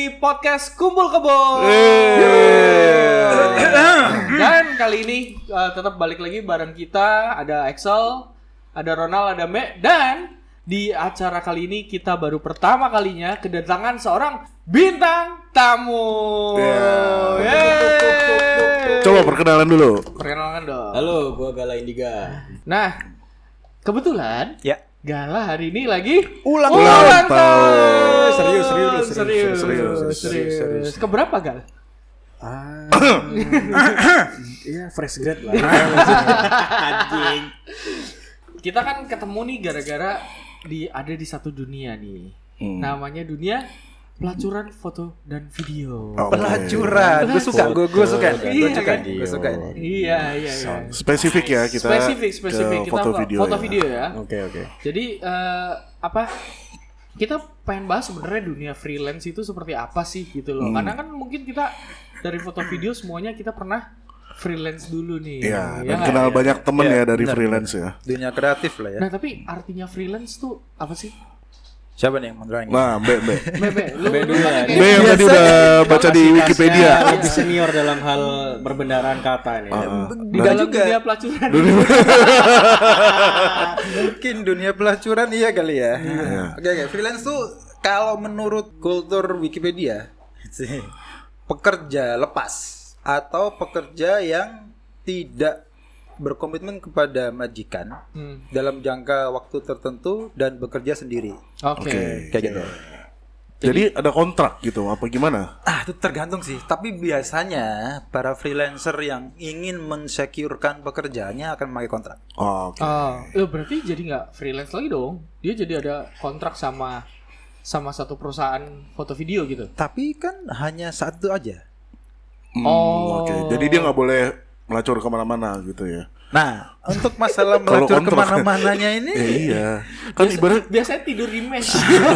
podcast Kumpul Kebo. Dan kali ini tetap balik lagi bareng kita. Ada Axel, ada Ronald, ada Me. Dan di acara kali ini kita baru pertama kalinya kedatangan seorang bintang tamu. Coba perkenalan dulu. Perkenalkan dong. Halo, gua Gala Indiga. Nah, kebetulan Ya. Gala hari ini lagi Ulang tahun. Serius. Keberapa Gal? Iya, fresh grade lah. Anjing. Kita kan ketemu nih gara-gara ada di satu dunia nih. Namanya dunia pelacuran foto dan video. Pelacuran. Gue suka. Gue suka. Iya, Gue suka. Iya. Spesifik ya kita. Spesifik. Kita foto video ya. Oke. Jadi kita pengen bahas sebenarnya dunia freelance itu seperti apa sih gitu loh. Karena kan mungkin kita dari foto video semuanya kita pernah freelance dulu nih. Iya, Ya dan nggak? kenal banyak temen Iya, ya dari benar. freelance ya. Dunia kreatif lah ya. Nah, tapi artinya freelance tuh apa sih? Siapa nih yang menerangin? Nah, Mbak. Bebe, lu dulu lah. Mbak yang tadi udah baca di Wikipedia. Lebih senior dalam hal perbendaharaan kata nih. di dalam dunia pelacuran. Mungkin dunia pelacuran iya kali ya. Oke. Freelance tuh kalau menurut kultur Wikipedia, pekerja lepas atau pekerja yang tidak berkomitmen kepada majikan dalam jangka waktu tertentu dan bekerja sendiri. Oke. Kayak gitu. Jadi ada kontrak gitu apa gimana? Itu tergantung sih. Tapi biasanya para freelancer yang ingin mensecurekan pekerjaannya akan memakai kontrak. Oh, oke. Berarti jadi nggak freelance lagi dong? Dia jadi ada kontrak sama satu perusahaan foto video gitu. Tapi kan hanya satu aja. Oke. Jadi dia nggak boleh melacur kemana-mana gitu ya. Nah, untuk masalah Kalau melacur kontrak. kemana-mananya ini, Iya. Kan ibarat Biasanya tidur di mesh.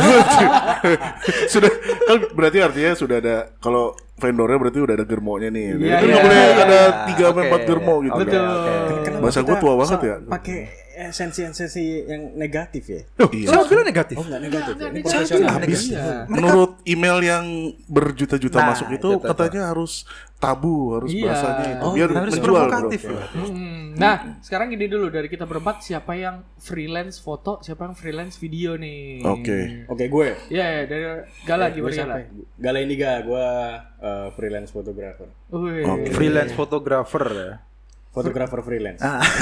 sudah kan berarti artinya sudah ada kalau vendornya berarti udah ada germonya nih. Iya, Kan nggak iya, boleh iya. ada 3 sampai Oke. 4 germo gitu. Betul. Bahasa gue tua banget ya. Pakai esensi yang negatif ya. Iya. siapa bilang negatif? Oh, enggak negatif. Enggak Ini negatif. profesional. Habis Iya. menurut email yang berjuta-juta Nah, masuk itu itu. katanya harus tabu, harus Iya. bahasanya itu Oh, biar harus menjual, provokatif. bro. Nah, sekarang gini dulu dari kita berempat siapa yang freelance foto, siapa yang freelance video nih? Oke. Oke, gue. Iya, dari Gala Gue gimana Gala? siapa? Gala Indiga, gue freelance fotografer. Wih. Freelance fotografer ya. Fotografer freelance.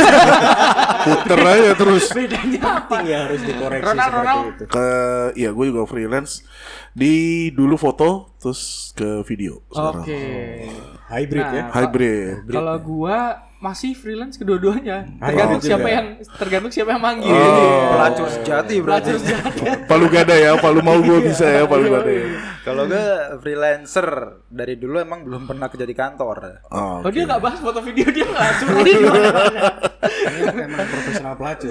Puter aja terus. Bedanya apa? Ya harus dikoreksi Ronald. seperti itu. Iya, gue juga freelance di dulu foto terus ke video sekarang. Oke. Hybrid Nah, ya. Hybrid. Kalau gua masih freelance kedua-duanya. Hybrid Tergantung siapa yang manggil. Pelacur sejati berarti. Pelacur sejati. Palu gada ya, palu mau gue bisa ya, palu gada ya. Kalau gue freelancer dari dulu emang belum pernah kerja di kantor. Oh, Oh, dia nggak bahas foto video, dia nggak curhat di mana-mana. Ini emang profesional pelacur.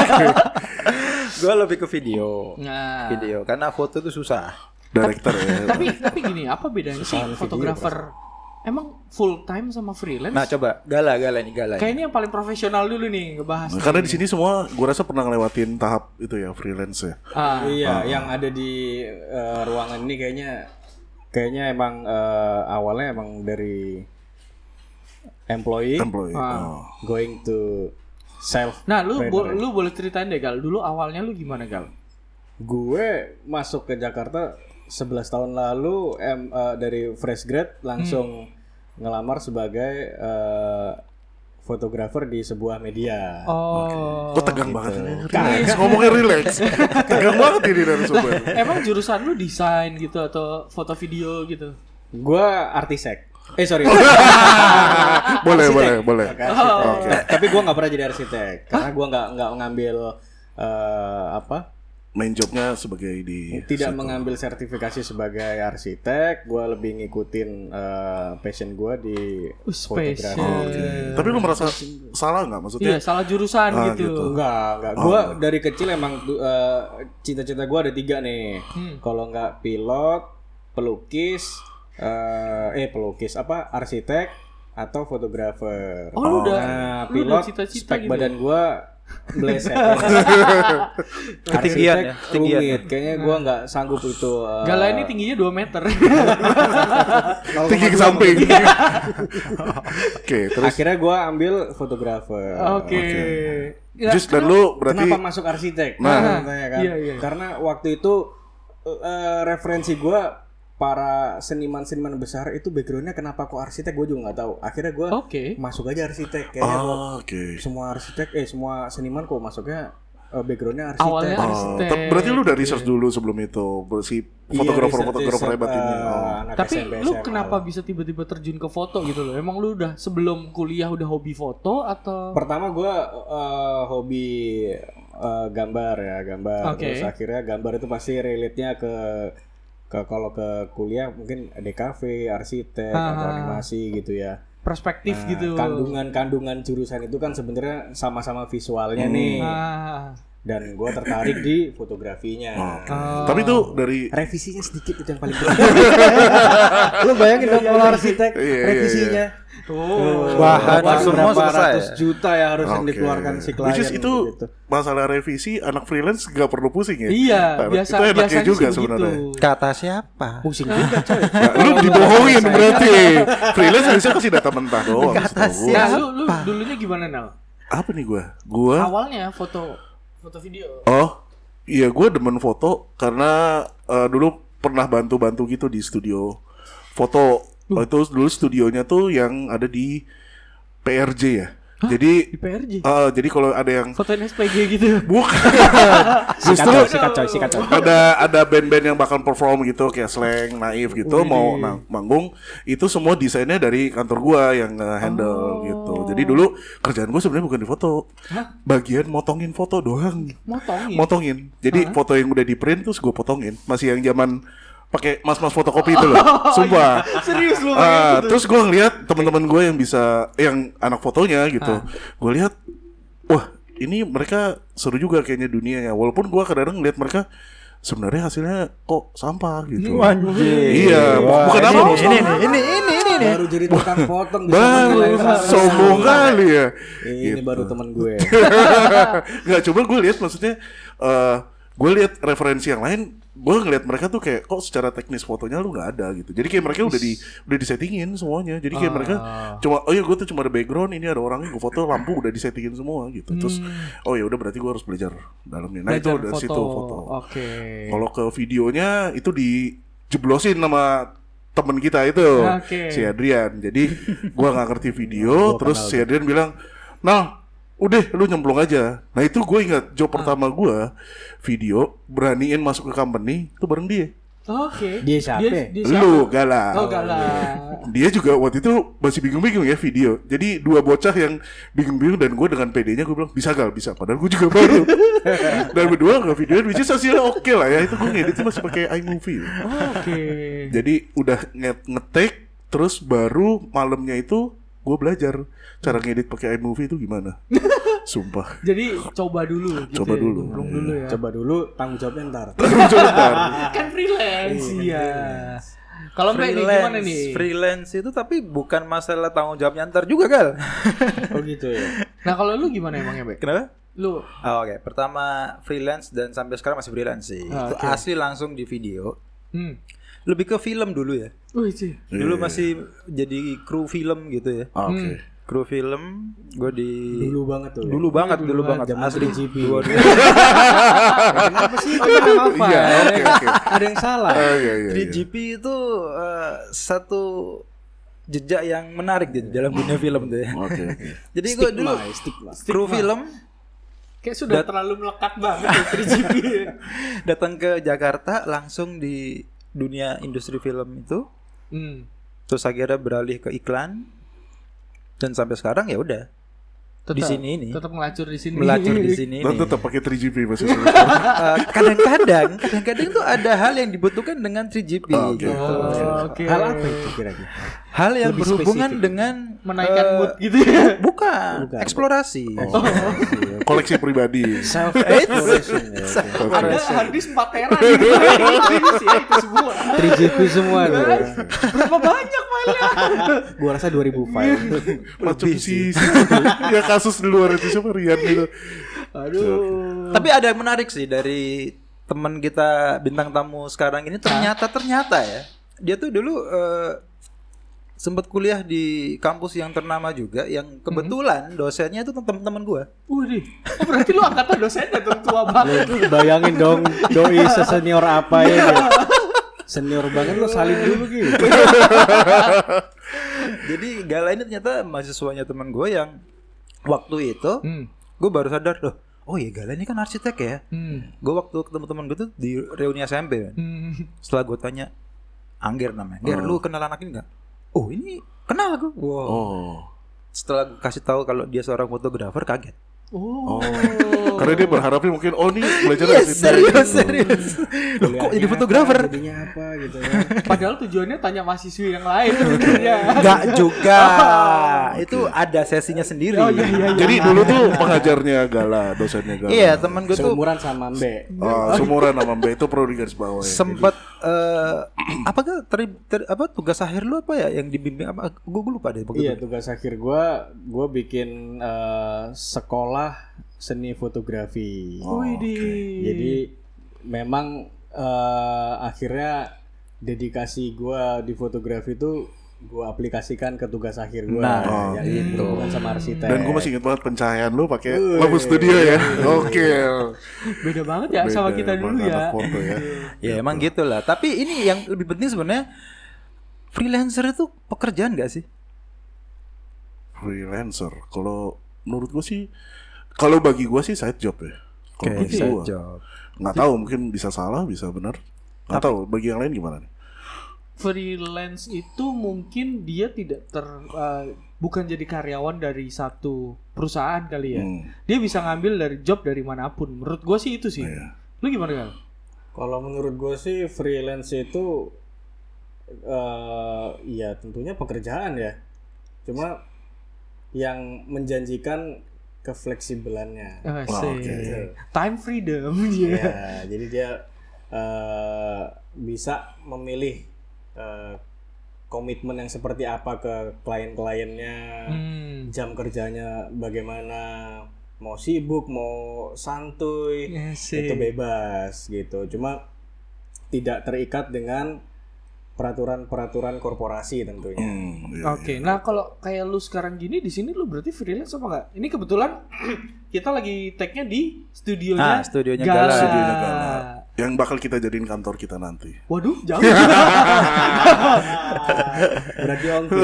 Gue lebih ke video. Nah, Video karena foto itu susah. director ya. tapi gini, apa bedanya sih Kesalahan video, fotografer? Emang full time sama freelance? Nah, coba Gala nih. Kayaknya yang paling profesional dulu nih ngebahas. Nah, karena di sini semua gue rasa pernah ngelewatin tahap itu ya freelance ya. Iya, yang ada di ruangan ini kayaknya emang awalnya emang dari employee going to self. Nah, lu boleh ceritain deh Gal. Dulu awalnya lu gimana Gal? Gue masuk ke Jakarta 11 tahun lalu dari fresh grade langsung ngelamar sebagai fotografer di sebuah media. Oh. Kok tegang banget ini. Relax, ngomongnya relax. Tegang banget ini dari sumber. Emang jurusan lu desain gitu atau foto video gitu? Gue arsitek. Sorry. boleh. Tapi gue nggak pernah jadi arsitek karena gue nggak ngambil Main jobnya sebagai di tidak mengambil sertifikasi sebagai arsitek. Gue lebih ngikutin passion gue di fotografi. Tapi lu merasa salah nggak maksudnya? Iya, salah jurusan gitu. Enggak. Gue dari kecil emang cita-cita gue ada 3 nih. Kalau nggak pilot, pelukis arsitek atau fotografer. Oh, lu udah pilot cita-cita spek gitu. badan gue meleset. Ketinggian ya, Arsitek ketinggian. rumit. Kayaknya gua nggak sanggup itu. Gala ini tingginya 2 meter. Tinggi ke samping. Oke, terus Akhirnya gua ambil fotografer. Oke. Ya, Just dan lu berarti Kenapa masuk arsitek? Nah. Tanya kan. Iya. Karena waktu itu referensi gua para seniman-seniman besar itu backgroundnya kenapa kok arsitek gue juga nggak tahu. Akhirnya gue masuk aja arsitek. Kayaknya kok semua arsitek semua seniman kok masuknya backgroundnya arsitek. Awalnya arsitek. Berarti lu udah research dulu sebelum itu si fotografer hebat ini. Tapi lu kenapa bisa tiba-tiba terjun ke foto gitu loh? Emang lu udah sebelum kuliah udah hobi foto atau? Pertama gue hobi gambar ya, gambar. Terus akhirnya gambar itu pasti relate-nya ke kalau ke kuliah mungkin DKV, arsitek atau animasi gitu ya. Perspektif gitu. Kandungan jurusan itu kan sebenarnya sama-sama visualnya nih. Dan gue tertarik di fotografinya. Tapi tuh dari revisinya sedikit itu yang paling penting. Lu bayangin dong kalau arsitek revisinya. Bahan semua berapa selesai. ratus juta ya harus yang dikeluarkan si klien. Which is itu gitu. masalah revisi anak freelance gak perlu pusing ya. Iya, Itu biasanya enaknya juga sih sebenarnya. begitu. Kata siapa? Pusing juga coy. Nah, lu dibohongin berarti. Freelance bisa kasih data mentah doang. setahu gua. Nah, lu dulunya gimana, Nal? Apa nih gua? Awalnya foto video. Oh, iya gue demen foto karena dulu pernah bantu-bantu gitu di studio foto. Itu dulu studionya tuh yang ada di PRJ ya. Jadi di PRJ. Jadi kalau ada yang fotoin SPG gitu. bukan, justru sikat coy. ada band-band yang bakal perform gitu kayak Slang, Naif gitu mau manggung itu semua desainnya dari kantor gua yang handle gitu. Jadi dulu kerjaan gua sebenarnya bukan di foto, bagian motongin foto doang. Motongin. Jadi foto yang udah di print terus gua potongin. Masih yang zaman pakai mas-mas fotokopi itu loh, sumpah. Serius lu? Terus gue ngeliat teman-teman gue yang bisa, yang anak fotonya gitu, gue lihat, wah ini mereka seru juga kayaknya dunianya. Walaupun gue kadang-kadang ngeliat mereka sebenarnya hasilnya kok sampah gitu. Iya, bukan apa Ini. Baru jadi tukang potong bisa baru sombong kali ya. Ini baru teman gue. Nggak, coba gue lihat maksudnya, gue lihat referensi yang lain, gue ngeliat mereka tuh kayak kok secara teknis fotonya lu nggak ada gitu. Jadi kayak mereka udah disettingin semuanya. Jadi kayak mereka cuma gue tuh cuma ada background, ini ada orangnya, gue foto lampu udah disettingin semua gitu. Terus ya udah berarti gue harus belajar dalamnya. Nah itu dari situ foto. Kalau ke videonya itu dijeblosin sama temen kita itu si Adrian. Jadi gue nggak ngerti video, terus si Adrian bilang, "Nah, udah lu nyemplung aja." Nah itu gue ingat job pertama gue video beraniin masuk ke company itu bareng dia. Dia siapa? Lu Gala. Gala. Dia juga waktu itu masih bingung-bingung ya video. Jadi dua bocah yang bingung-bingung dan gue dengan PD-nya gue bilang bisa Gal, bisa. Padahal gue juga baru. Dan berdua nggak video, which is hasilnya oke lah ya. Itu gue ngeditnya masih pakai iMovie. Jadi udah nge-take terus baru malamnya itu gue belajar cara ngedit pakai iMovie itu gimana. Sumpah. Jadi coba dulu gitu. Coba dulu. Ya. Coba dulu, tanggung jawabnya ntar. Kan freelance. Iya. Kalau Mbak ini gimana nih? Freelance itu tapi bukan masalah tanggung jawabnya ntar juga, Gal. Oh gitu ya. Nah, kalau lu gimana emangnya, Mbak? Kenapa? Lu Oke. Pertama freelance dan sampai sekarang masih freelance sih. Itu asli langsung di video. Lebih ke film dulu ya. Dulu masih jadi kru film gitu ya. Kru film gue di dulu banget tuh. Dulu banget asli GP. kenapa sih? Ada yang salah. 3GP itu satu jejak yang menarik di dalam dunia film tuh ya. Jadi gue dulu kru film kayak sudah terlalu melekat banget ya 3GP. Datang ke Jakarta langsung di dunia industri film itu. Terus akhirnya beralih ke iklan. Dan sampai sekarang ya udah di sini ini. Tetap melacur di sini. Dan tetap pakai 3GP masih kadang-kadang tuh ada hal yang dibutuhkan dengan 3GP gitu. Hal apa itu kira-kira? Hal yang lebih berhubungan spesifik. dengan menaikkan mood gitu ya. Bukan. Eksplorasi. Koleksi pribadi. Self exploration. Ada harddisk 4 tera gitu. Itu semua. 3GP semua tuh. Berapa banyak filenya? Gua rasa 2000 file. Macam si ya kasus di luar itu siapa Rian gitu. Aduh. Tapi ada yang menarik sih dari teman kita bintang tamu sekarang ini, ternyata ya dia tuh dulu sempat kuliah di kampus yang ternama juga, yang kebetulan dosennya itu teman-teman gue. Wih, berarti lu angkatan dosennya tuh tua banget. Bayangin dong, doi sesenior apa ya? Senior banget lu salin dulu gitu. Jadi Gala ini ternyata mahasiswanya teman gue yang waktu itu gue baru sadar loh. Oh iya, Gala ini kan arsitek ya. Gue waktu ketemu teman gue tuh di reuni SMP kan. Setelah gue tanya, Angger namanya. Ger, lu kenal anak ini gak? Oh ini kenal gue. Wow. Setelah gue kasih tahu kalau dia seorang fotografer, kaget. Karena dia berharapnya mungkin nih belajar serius. Loh, kok jadi fotografer? Jadinya apa gitu ya. Padahal tujuannya tanya mahasiswi yang lain sebenarnya. Enggak juga. Itu ada sesinya sendiri. Iya. Jadi dulu tuh pengajarnya Gala, dosennya Gala. Iya, teman gue tuh seumuran sama Mbe. Seumuran sama Mbe, itu perlu digarisbawahi. Sempat tugas akhir lu apa ya yang dibimbing apa? Gue lupa deh. Iya, tugas akhir gue bikin sekolah seni fotografi. Jadi memang akhirnya dedikasi gue di fotografi itu gue aplikasikan ke tugas akhir gue. Yang itu bukan sama arsitek. Dan gue masih ingat banget pencahayaan lu pakai lampu studio ya. Beda banget ya sama kita dulu ya. Ya emang gitulah. Tapi ini yang lebih penting sebenarnya, freelancer itu pekerjaan gak sih? Freelancer, kalau menurut gue sih, kalau bagi gue sih side job ya. Kalau bagi gue, nggak tahu, mungkin bisa salah, bisa benar. Nggak tahu. Bagi yang lain gimana nih? Freelance itu mungkin dia tidak bukan jadi karyawan dari satu perusahaan kali ya. Dia bisa ngambil dari job dari manapun. Menurut gue sih itu sih. Lu gimana kan? Kalau menurut gue sih freelance itu ya tentunya pekerjaan ya. Cuma yang menjanjikan kefleksibelannya. Time freedom. Ya, jadi dia bisa memilih komitmen yang seperti apa ke klien-kliennya, jam kerjanya bagaimana, mau sibuk mau santuy, itu bebas gitu. Cuma tidak terikat dengan peraturan-peraturan korporasi tentunya. Nah kalau kayak lu sekarang gini di sini lu berarti freelance apa enggak? Ini kebetulan kita lagi tag-nya di studionya Gala. Yang bakal kita jadiin kantor kita nanti. Waduh, jauh. Berarti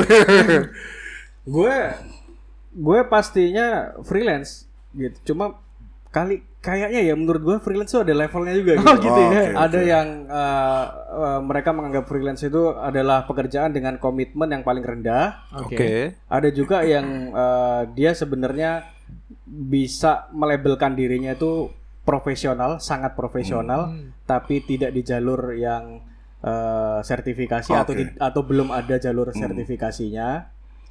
gue pastinya freelance gitu. Cuma kayaknya ya menurut gue freelance itu ada levelnya juga gitu. Gitu ya. Ada yang mereka menganggap freelance itu adalah pekerjaan dengan komitmen yang paling rendah. Ada juga yang dia sebenarnya bisa melabelkan dirinya itu profesional, sangat profesional, tapi tidak di jalur yang sertifikasi atau belum ada jalur sertifikasinya.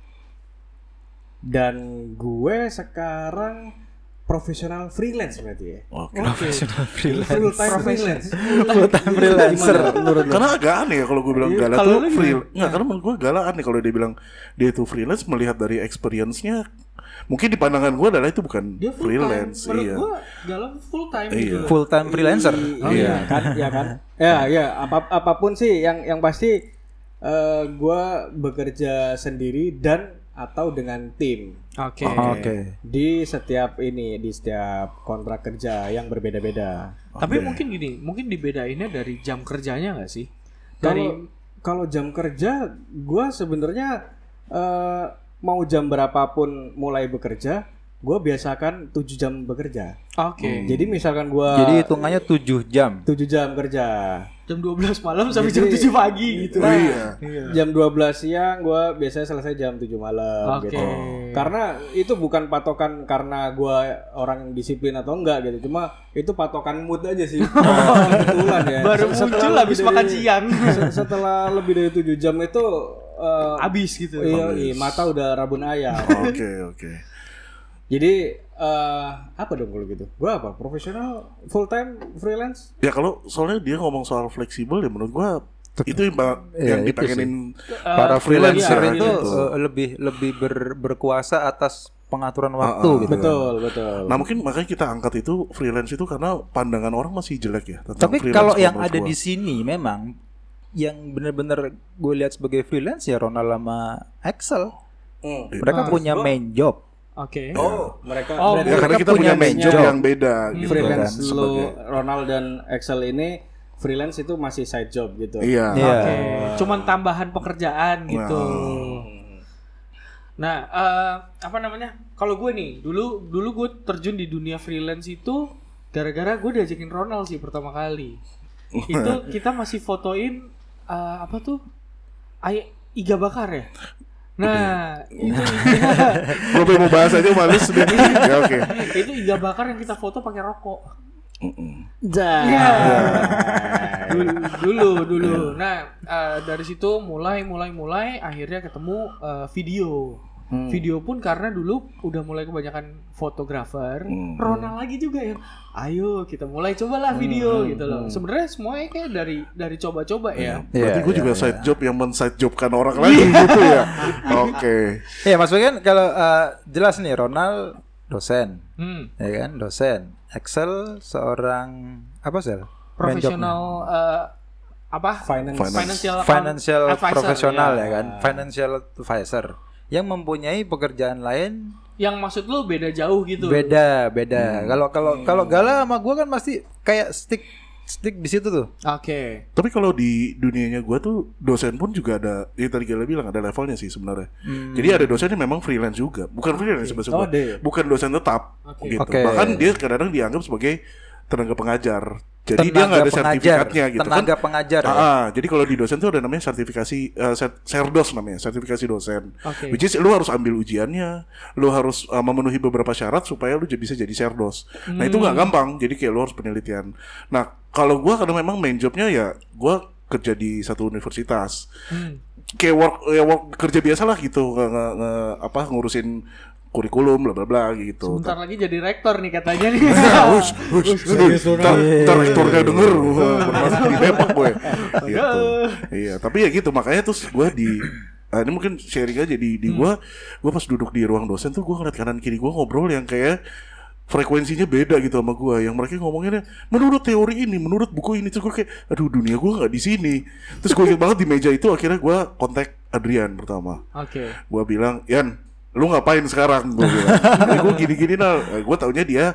Dan gue sekarang profesional freelance berarti ya. Profesional freelance. Full time freelancer. Karena agak aneh ya kalau gue bilang Gala tuh freelance. Enggak, karena menurut gue Gala aneh kalau dia bilang dia itu freelance, melihat dari experience-nya. Mungkin di pandangan gue adalah itu bukan dia freelance. Menurut gue Gala full time gitu. Full time freelancer. Iya kan. Ya, apapun sih yang pasti gue bekerja sendiri dan atau dengan tim. Di setiap kontrak kerja yang berbeda-beda. Tapi mungkin gini, mungkin dibedainnya dari jam kerjanya nggak sih? Kalau jam kerja, gue sebenarnya mau jam berapapun mulai bekerja, gue biasakan 7 jam bekerja. Jadi misalkan gue, jadi hitungannya 7 jam. 7 jam kerja. Jam 12 malam sampai jam 7 pagi gitu. Jam 12 siang gue biasanya selesai jam 7 malam gitu. Karena itu bukan patokan karena gue orang yang disiplin atau enggak gitu. Cuma itu patokan mood aja sih. Kebetulan ya. Baru muncul habis makan siang. Setelah lebih dari 7 jam itu habis gitu. Iya, mata udah rabun ayam. Oke. Jadi apa dong kalau gitu? Gue apa? Profesional, full time, freelance? Ya kalau soalnya dia ngomong soal fleksibel ya menurut gue itu yang dipengenin para freelancer itu lebih berkuasa atas pengaturan waktu gitu. Betul. Nah mungkin makanya kita angkat itu freelance itu karena pandangan orang masih jelek ya. Tapi kalau yang ada di sini memang yang benar-benar gue lihat sebagai freelance ya Ronald sama Axel. Mereka punya main job. Oke. Mereka ya, karena kita punya main job yang beda gitu freelance kan. Lu Ronald dan Axel ini freelance itu masih side job gitu. Iya. Oke. Cuman tambahan pekerjaan gitu. Nah, apa namanya? Kalau gue nih, dulu gue terjun di dunia freelance itu gara-gara gue diajakin Ronald sih pertama kali. Itu kita masih fotoin apa tuh? Iga bakar ya. Nah, itu gue mau bahas aja males sedikit. Ya oke. Itu iga bakar yang kita foto pakai rokok. Dulu. Nah, dari situ mulai akhirnya ketemu video. Video pun karena dulu udah mulai kebanyakan fotografer, Ronald lagi juga yang ayo kita mulai cobalah video gitu loh. Sebenarnya semuanya kayak dari coba-coba ya. Berarti gue juga side job yang men-side jobkan orang lain gitu ya. Oke. Iya, maksudnya kan kalau jelas nih Ronald dosen. Ya kan, dosen. Axel seorang apa sih? Profesional financial profesional ya kan, financial advisor yang mempunyai pekerjaan lain yang maksud lu beda jauh gitu. Beda. Kalau Gala sama gue kan pasti kayak stick di situ tuh. Oke. Tapi kalau di dunianya gue tuh dosen pun juga ada, ya tadi Gala bilang ada levelnya sih sebenarnya. Jadi ada dosen yang memang freelance juga, bukan freelance sebenarnya, bukan dosen tetap gitu. Bahkan dia kadang-kadang dianggap sebagai tenaga pengajar. Jadi dia nggak ada sertifikatnya gitu tenaga kan. Pengajar. Jadi kalau di dosen tuh ada namanya sertifikasi serdos namanya, sertifikasi dosen. Which is lu harus ambil ujiannya, lu harus memenuhi beberapa syarat supaya lu bisa jadi serdos. Nah itu nggak gampang. Jadi kayak lu harus penelitian. Nah kalau gue karena memang main jobnya ya gue kerja di satu universitas. Kayak work kerja biasa lah gitu, ngurusin kurikulum bla bla bla gitu. Sebentar lagi jadi rektor nih katanya nih. Ntar rektornya denger bermasuk di Depak gue. Gitu. Iya, tapi ya gitu makanya terus gue ini mungkin sharing aja di gue pas duduk di ruang dosen tuh gue ngeliat kanan kiri gue ngobrol yang kayak frekuensinya beda gitu sama gue, yang mereka ngomonginnya menurut teori ini, menurut buku ini, terus gue kayak aduh dunia gue nggak di sini. Terus gue ingat banget di meja itu akhirnya gue kontak Adrian pertama. Gue bilang, Yan, lu ngapain sekarang? Gue bilang, gue gini-gini gue taunya dia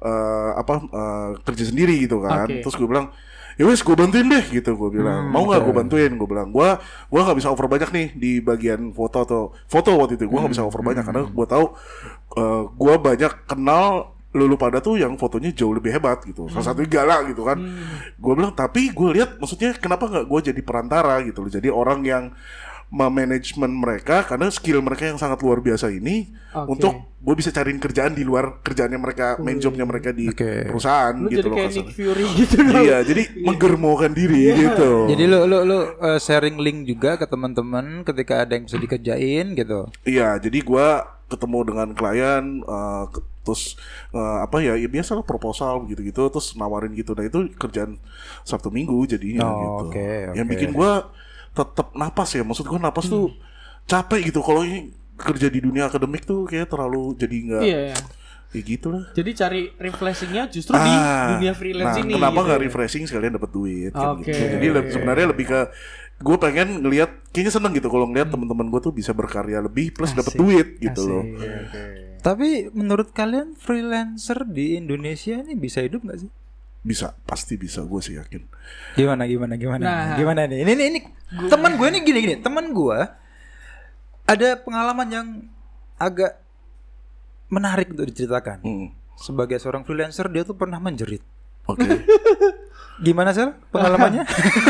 kerja sendiri gitu kan. Terus gue bilang, ya wes gue bantuin deh gitu. Gue bilang, mau nggak gue bantuin? Gue bilang, gue nggak bisa over banyak nih di bagian foto waktu itu. Gue nggak bisa over banyak karena gue tahu gue banyak kenal lu pada tuh yang fotonya jauh lebih hebat gitu. Salah satunya Gala gitu kan. Gue bilang, tapi gue lihat maksudnya kenapa nggak gue jadi perantara gitu loh. Jadi orang yang manajemen mereka karena skill mereka yang sangat luar biasa ini untuk gue bisa cariin kerjaan di luar kerjaannya mereka, main jobnya mereka di perusahaan. Lu gitu jadi loh. Kayak Nick Fury gitu loh. Iya, jadi menggermokan diri gitu. Jadi lu sharing link juga ke teman-teman ketika ada yang bisa dikerjain gitu. Iya, jadi gue ketemu dengan klien terus ya biasalah proposal gitu-gitu terus nawarin gitu. Nah itu kerjaan Sabtu Minggu jadinya gitu. Yang bikin gue tetap napas ya, maksud gue napas tuh capek gitu. Kalau ini kerja di dunia akademik tuh kayak terlalu jadi nggak ya gitu lah. Jadi cari refreshingnya justru di dunia freelance ini. Kenapa nggak gitu refreshing sekalian dapat duit kan gitu. Jadi sebenarnya lebih ke gue pengen ngelihat, kayaknya seneng gitu kalau ngelihat teman-teman gue tuh bisa berkarya lebih plus dapat duit gitu loh. Tapi menurut kalian freelancer di Indonesia ini bisa hidup nggak sih? Bisa, pasti bisa, gue sih yakin. Gimana Nah, gimana nih? Ini teman gue nih gini. Teman gue ada pengalaman yang agak menarik untuk diceritakan. Sebagai seorang freelancer dia tuh pernah menjerit. Gimana Sel pengalamannya?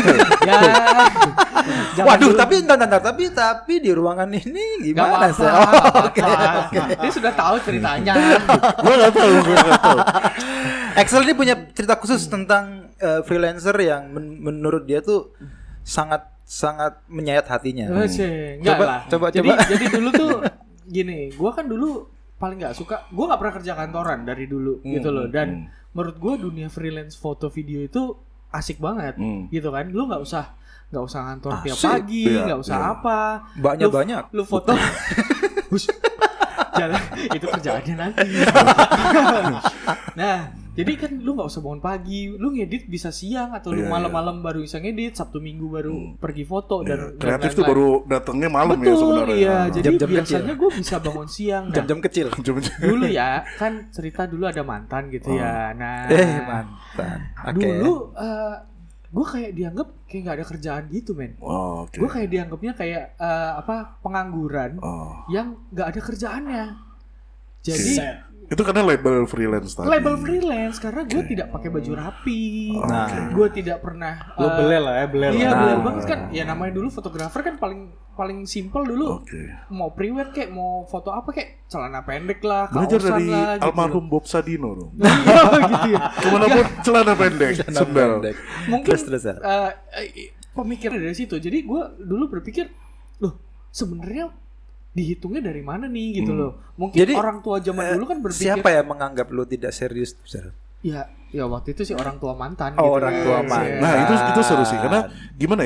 Waduh, tapi tapi di ruangan ini gimana Sel? Oke. Dia sudah tahu ceritanya. Gue nggak tahu. Axel ini punya cerita khusus tentang freelancer yang menurut dia tuh sangat menyayat hatinya. Coba. Jadi dulu tuh gini, gue kan dulu paling nggak suka, gue nggak pernah kerja kantoran dari dulu gitu loh. Dan menurut gue dunia freelance foto video itu asik banget gitu kan. Lu nggak usah kantor tiap pagi, nggak usah apa. Banyak. Lu foto. Jangan, itu kerjaannya nanti. Nah, jadi kan lu nggak usah bangun pagi, lu ngedit bisa siang atau lu malam-malam baru bisa ngedit, Sabtu Minggu baru pergi foto dan kreatif tuh baru datangnya malam ya sebenarnya. Iya, jadi jam-jam biasanya gue bisa bangun siang. Jam-jam kecil. Dulu ya, kan cerita dulu ada mantan gitu ya. Nah, mantan. Dulu gue kayak dianggap kayak nggak ada kerjaan gitu, men. Gue kayak dianggapnya kayak pengangguran yang nggak ada kerjaannya. Jadi itu karena label freelance tadi. Label freelance karena gue tidak pakai baju rapi. Gue tidak pernah lo belel lah ya, belel. Iya, belel banget kan. Ya namanya dulu fotografer kan paling simple dulu. Mau pre-wed kayak mau foto apa kayak celana pendek lah, belajar dari lah, almarhum Bob Sadino dong. Iya gitu ya. Kemanapun celana pendek, sendal. Mungkin pemikiran dari situ. Jadi gue dulu berpikir, loh sebenarnya dihitungnya dari mana nih gitu loh. Mungkin jadi, orang tua zaman dulu kan berpikir siapa yang menganggap lo tidak serius? Ya waktu itu sih orang tua mantan gitu. Orang tua mantan. Nah, itu seru sih karena gimana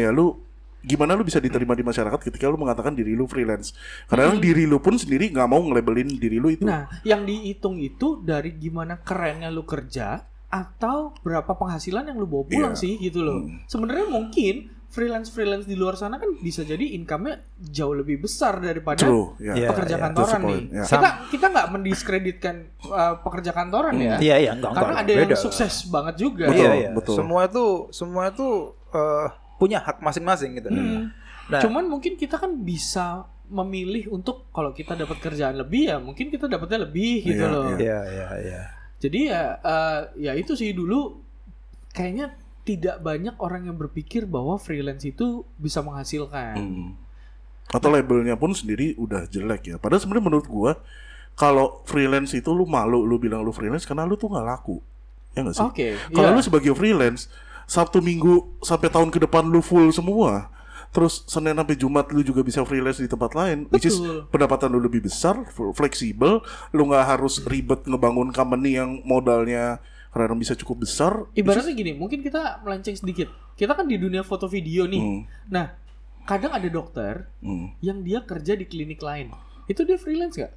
lu bisa diterima di masyarakat ketika lu mengatakan diri lu freelance. Karena diri lu pun sendiri nggak mau ngelabelin diri lu itu. Nah, yang dihitung itu dari gimana kerennya lu kerja atau berapa penghasilan yang lu bawa pulang sih gitu loh. Sebenarnya mungkin freelance di luar sana kan bisa jadi income-nya jauh lebih besar daripada pekerja kantoran nih. Kita nggak mendiskreditkan pekerja kantoran ya. Iya, karena ada yang sukses banget juga. Betul. Semua itu punya hak masing-masing gitu. Nah, cuman mungkin kita kan bisa memilih untuk kalau kita dapat kerjaan lebih ya mungkin kita dapatnya lebih gitu loh. Iya. Jadi ya itu sih dulu kayaknya tidak banyak orang yang berpikir bahwa freelance itu bisa menghasilkan. Atau labelnya pun sendiri udah jelek ya. Padahal sebenarnya menurut gua kalau freelance itu lu malu lu bilang lu freelance karena lu tuh nggak laku. Ya nggak sih? Kalau lu sebagai freelance Sabtu Minggu sampai tahun ke depan lu full semua. Terus Senin sampai Jumat lu juga bisa freelance di tempat lain. Which is pendapatan lu lebih besar, fleksibel. Lu gak harus ribet ngebangun company yang modalnya karena bisa cukup besar. Ibaratnya gini, mungkin kita melenceng sedikit. Kita kan di dunia foto video nih. Nah, kadang ada dokter yang dia kerja di klinik lain. Itu dia freelance gak?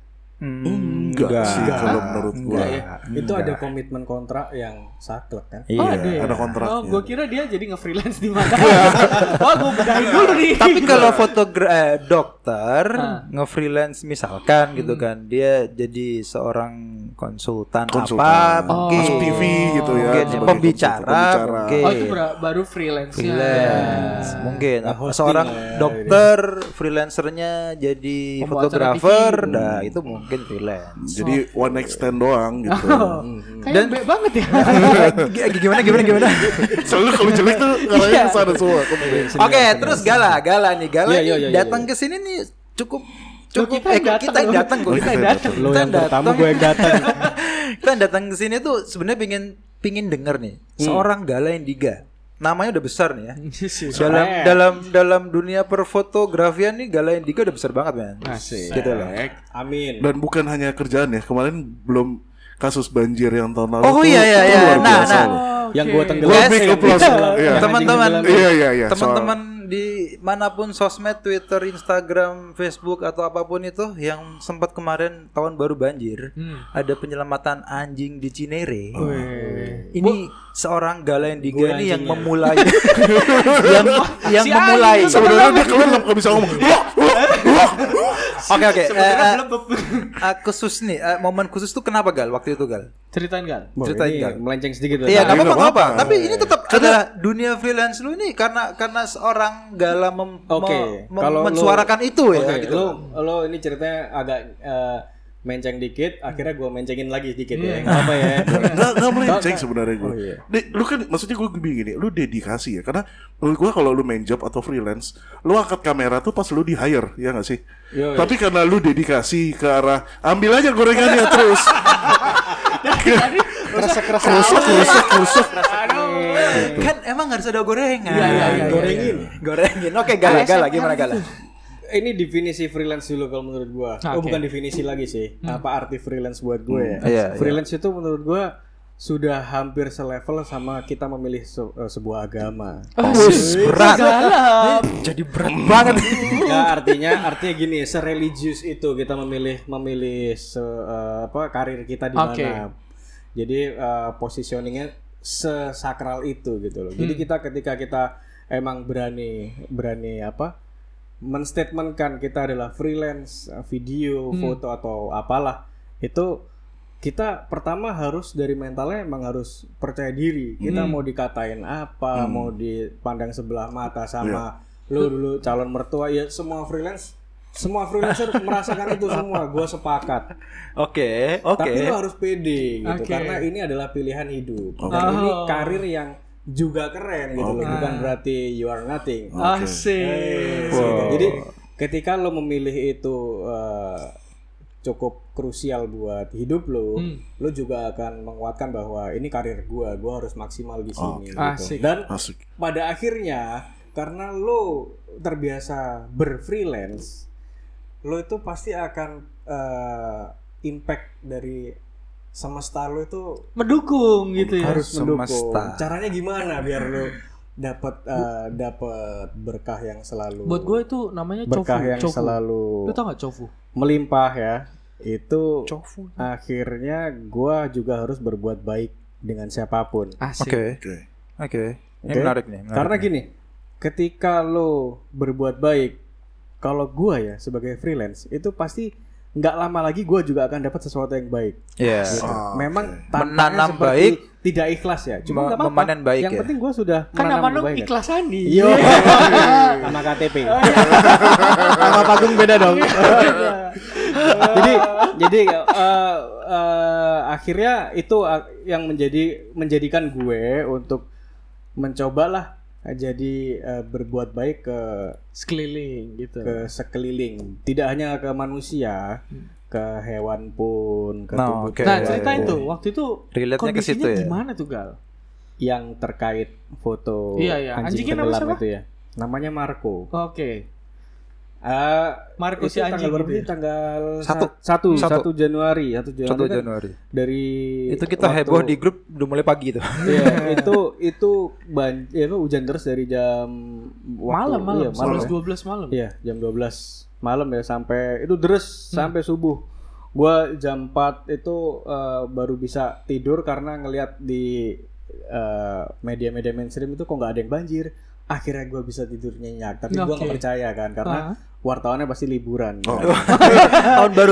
Enggak sih kalau menurut gua. Itu ada komitmen kontrak yang saklek kan? Iya, ada kontraknya. Gua kira dia jadi nge-freelance di mana. Gua bedain dulu nih. Tapi kalau dokter nge-freelance misalkan gitu kan, dia jadi seorang konsultan. Apa mungkin masuk TV gitu ya. Mungkin pembicara. Mungkin. Itu baru freelance. Mungkin seorang dokter freelancernya jadi fotografer, nah itu mungkin freelance. Jadi one night stand doang gitu. Dan baik banget ya. Gimana? Selalu kalau jelek tuh karena kesana semua. Oke, terus Gala datang ke sini nih cukup kita yang datang. Lo yang pertama, gue yang datang. Kita datang ke sini tuh sebenarnya pingin denger nih seorang Gala Indiga. Namanya udah besar nih ya. dalam dunia perfotografian nih Gala Indiga udah besar banget, men. Gitu loh. Amin. Dan bukan hanya kerjaan ya. Kemarin belum kasus banjir yang tahun lalu. Oh iya. Yang gue tenggelam. Teman-teman. Iya. Teman-teman di manapun sosmed, Twitter, Instagram, Facebook atau apapun itu yang sempat kemarin tahun baru banjir, ada penyelamatan anjing di Cinere. Ini seorang Gala Indiga ini yang memulai yang memulai. Sebenarnya dia keluar enggak bisa ngomong. Oke. Khusus nih, momen khusus tuh kenapa Gal waktu itu Gal? Ceritain Gal. Melenceng sedikit. Iya, enggak apa-apa. Tapi ini tetap adalah dunia freelance lu ini karena seorang Gala mensuarakan itu ya. Gitu. Lo ini ceritanya agak menceng dikit, akhirnya gue mencengin lagi sedikit ya. Apa ya? Nggak melenceng sebenarnya gue. Lu kan maksudnya gue bilang gini, lu dedikasi ya. Karena menurut gue kalau lu main job atau freelance, lu angkat kamera tuh pas lu di hire, ya nggak sih? Tapi karena lu dedikasi ke arah ambil aja gorengannya terus. Kerusuk. Kan emang harus ada gorengan. Iya. Gorengin. Oke, Gala gimana Gala? Ini definisi freelance dulu kalau menurut gue. Bukan definisi lagi sih. Apa arti freelance buat gue ya? Freelance itu menurut gue sudah hampir selevel sama kita memilih sebuah agama. Berat. Jadi berat banget. Ya artinya gini, sereligius itu kita memilih karir kita di mana. Jadi positioningnya sesakral itu gitu loh. Jadi ketika kita emang berani menstatementkan kita adalah freelance video, foto atau apalah, itu kita pertama harus dari mentalnya emang harus percaya diri. Kita mau dikatain apa, mau dipandang sebelah mata sama lu dulu calon mertua, ya semua freelancer merasakan itu semua. Gua sepakat. Oke. Tapi lu harus pede gitu karena ini adalah pilihan hidup. Dan ini karir yang juga keren gitu loh. Bukan berarti you are nothing. Asik. Jadi ketika lo memilih itu cukup krusial buat hidup lo, lo juga akan menguatkan bahwa ini karir gua harus maksimal di sini. Gitu. Dan pada akhirnya karena lo terbiasa berfreelance, lo itu pasti akan impact dari semesta lo itu mendukung gitu ya. Harus mendukung. Caranya gimana biar lo dapat berkah yang selalu. Buat gue itu namanya berkah cofu. yang selalu. Lu tau gak cofu? Melimpah ya. Itu cofu. Akhirnya gue juga harus berbuat baik dengan siapapun. Asik. Oke. Ini menarik nih. Karena gini, ketika lo berbuat baik, kalau gue ya sebagai freelance itu pasti nggak lama lagi gue juga akan dapat sesuatu yang baik. Gitu. Memang tantangannya seperti baik, tidak ikhlas ya. Cuma nggak apa-apa. Memanen baik. Yang penting gue sudah kan nama lu baik, Ikhlas Andi. Yo. Nama KTP. Nama panggung beda dong. jadi akhirnya itu yang menjadikan gue untuk mencobalah jadi berbuat baik ke sekeliling gitu. Ke sekeliling, tidak hanya ke manusia, ke hewan pun, ke tubuh. Nah, ceritain tuh waktu itu kondisinya gimana tuh Gal? Yang terkait foto anjing tenggelam itu ya. Namanya Marco. Oke. Marco si anjing tanggal 1 Januari. 1 Januari. Dari itu kita heboh di grup udah mulai pagi tuh. Iya, itu hujan deras dari jam malam 12 malam. Iya, jam 12 malam ya sampai itu deras sampai subuh. Gua jam 4 itu baru bisa tidur karena ngelihat di media-media mainstream itu kok nggak ada yang banjir. Akhirnya gue bisa tidur nyenyak, tapi gue nggak percaya kan karena wartawannya pasti liburan. Tahun baru.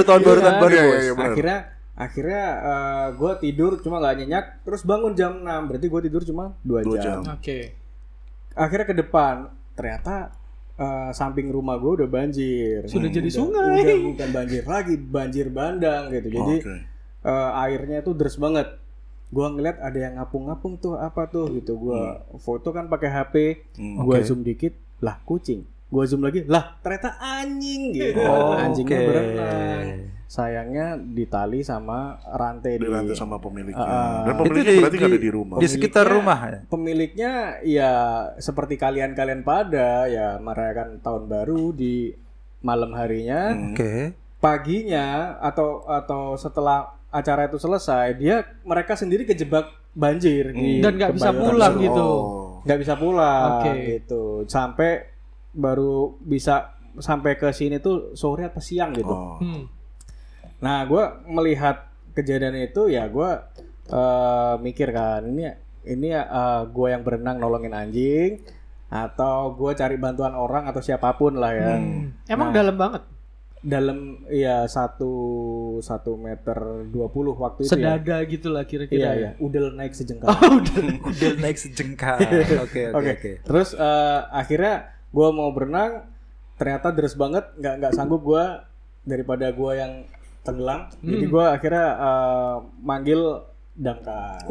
Akhirnya gue tidur cuma nggak nyenyak, terus bangun jam 6, berarti gue tidur cuma 2 jam. Akhirnya ke depan, ternyata samping rumah gue udah banjir. Sudah jadi sungai. Udah bukan banjir lagi, banjir bandang gitu. Jadi airnya tuh deras banget. Gua ngeliat ada yang ngapung-ngapung tuh apa tuh gitu. Gua foto kan pakai HP, gua zoom dikit, lah kucing. Gua zoom lagi, lah ternyata anjing gitu. Anjingnya berenang. Sayangnya ditali sama rantai sama pemiliknya. Dan pemiliknya berarti ada di rumah. Di sekitar rumah ya. Pemiliknya ya seperti kalian pada ya merayakan tahun baru di malam harinya. Paginya atau setelah acara itu selesai, mereka sendiri kejebak banjir dan nggak bisa pulang gitu. Nggak bisa pulang gitu. Sampai baru bisa sampai ke sini tuh sore atau siang gitu. Nah, gue melihat kejadian itu ya gue mikir kan ini gue yang berenang nolongin anjing atau gue cari bantuan orang atau siapapun lah ya. Emang dalam banget. Dalam ya 1 meter 20 waktu itu sedada ya. Gitulah kira-kira. Iya. Udel naik sejengkal. Udel naik sejengkal. Oke. Terus akhirnya gue mau berenang, ternyata deras banget, nggak sanggup gue daripada gue yang tenggelam. Jadi gue akhirnya manggil damkar.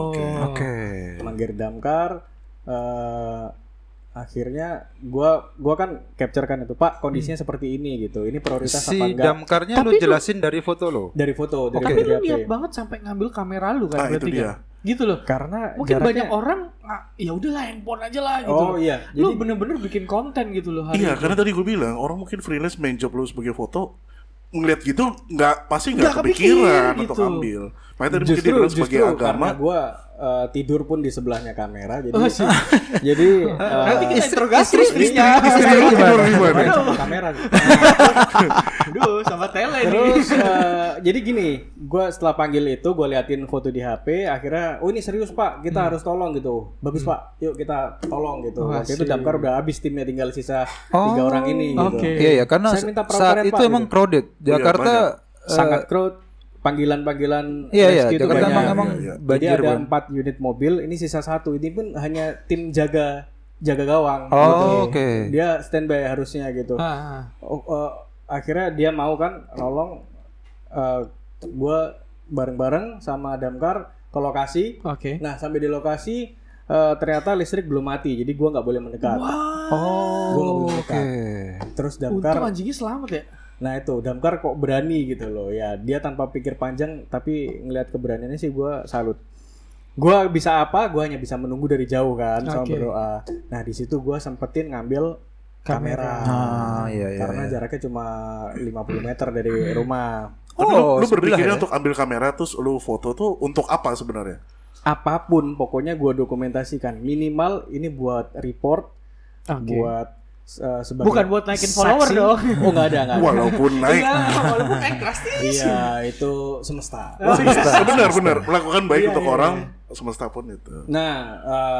Manggil damkar. Akhirnya gua kan capture kan itu, Pak, kondisinya seperti ini gitu. Ini prioritas apa enggak? Si damkarnya lu jelasin dari foto lo. Dari foto. Tapi lu niat banget sampai ngambil kamera lu kan berarti kan? Gitu loh. Karena mungkin banyak orang ya udahlah handphone aja lah gitu. Iya. Lu bener-bener bikin konten gitu loh hari karena tadi gue bilang orang mungkin freelance main job lu sebagai foto ngeliat gitu pasti nggak kepikiran gitu. untuk ambil. Makanya tadi mungkin dibilang sebagai agama. Karena gue tidur pun di sebelahnya kamera, jadi nanti kita interogasi istrinya gimana? Sama kamera. Aduh, sama tele nih. Terus jadi gini, gue setelah panggil itu gue liatin foto di HP, akhirnya ini serius Pak, kita harus tolong gitu. Bagus Pak, yuk kita tolong gitu. Waktu itu Damkar udah habis, timnya tinggal sisa 3 orang ini gitu. Iya, karena saat itu emang crowded. Jakarta sangat crowd. Panggilan-panggilan gitu Jakarta emang banjir. Jadi ada 4 unit mobil, ini sisa 1. Ini pun hanya tim jaga gawang. Oke. Dia standby harusnya gitu. Akhirnya dia mau kan nolong, gue bareng-bareng sama Damkar ke lokasi. Nah sampai di lokasi ternyata listrik belum mati, jadi gue nggak boleh mendekat. Gue nggak boleh mendekat. Terus Damkar. Untung anjingnya selamat ya. Nah itu Damkar kok berani gitu loh ya, dia tanpa pikir panjang, tapi ngelihat keberaniannya sih gue salut. Gue bisa apa? Gue hanya bisa menunggu dari jauh kan, sama berdoa. Nah di situ gue sempetin ngambil kamera. Karena jaraknya cuma 50 meter dari rumah. Tapi lu berpikirnya untuk ambil kamera terus lu foto tuh untuk apa sebenarnya? Apapun, pokoknya gue dokumentasikan. Minimal ini buat report, buat sebagai bukan buat naikin follower dong. Oh nggak ada. Walaupun naik drastis. Iya itu semesta. Benar melakukan baik untuk orang, semesta pun itu. Nah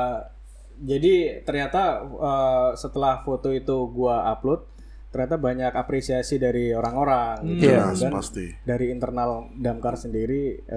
jadi ternyata setelah foto itu gua upload, ternyata banyak apresiasi dari orang-orang. Dan pasti dari internal Damkar sendiri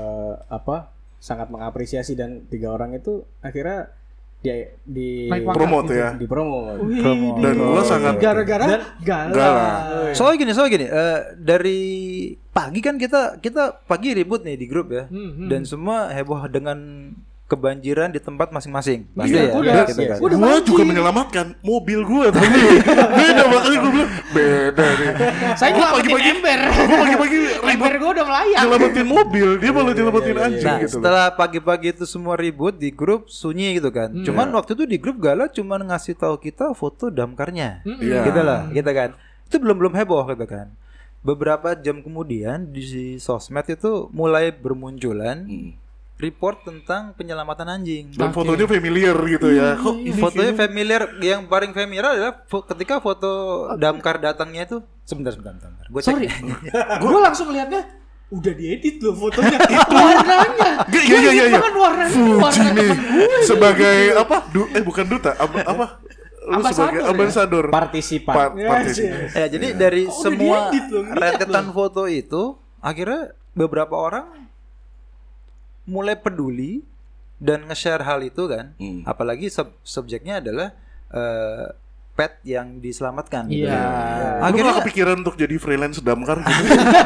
sangat mengapresiasi, dan 3 orang itu akhirnya di promote ya. Di promote. Dan gua sangat gara-gara galah. Soalnya gini, dari pagi kan kita pagi ribut nih di grup ya. Dan semua heboh dengan kebanjiran di tempat masing-masing. Pasti Gua juga menyelamatkan mobil gua tadi. Beda, makanya gua bilang beda nih. Saya nyelamatin ember. Gua pagi-pagi ember gua udah melayang. Nyelamatin mobil, dia malah nyelamatin anjing nah, gitu. Setelah pagi-pagi itu semua ribut di grup, sunyi gitu kan. Cuman waktu itu di grup Gala cuman ngasih tahu kita foto Damkarnya. Gitu lah, gitu kan. Itu belum heboh gitu kan. Beberapa jam kemudian di sosmed itu mulai bermunculan report tentang penyelamatan anjing. Dan fotonya familiar gitu ya. Kok ini fotonya familiar? Yang paling familiar adalah ketika foto Damkar datangnya itu. Sebentar. Gue cek. Sorry. Gue langsung lihatnya udah diedit loh fotonya. Itu warnanya. Iya. Warna nih. Sebagai apa? Bukan duta. Apa? Ambasador. Partisipan. Ya, jadi dari semua rentetan foto itu, akhirnya beberapa orang mulai peduli dan nge-share hal itu kan. Apalagi subjeknya adalah pet yang diselamatkan gitu. Akhirnya kepikiran untuk jadi freelance Damkar gitu.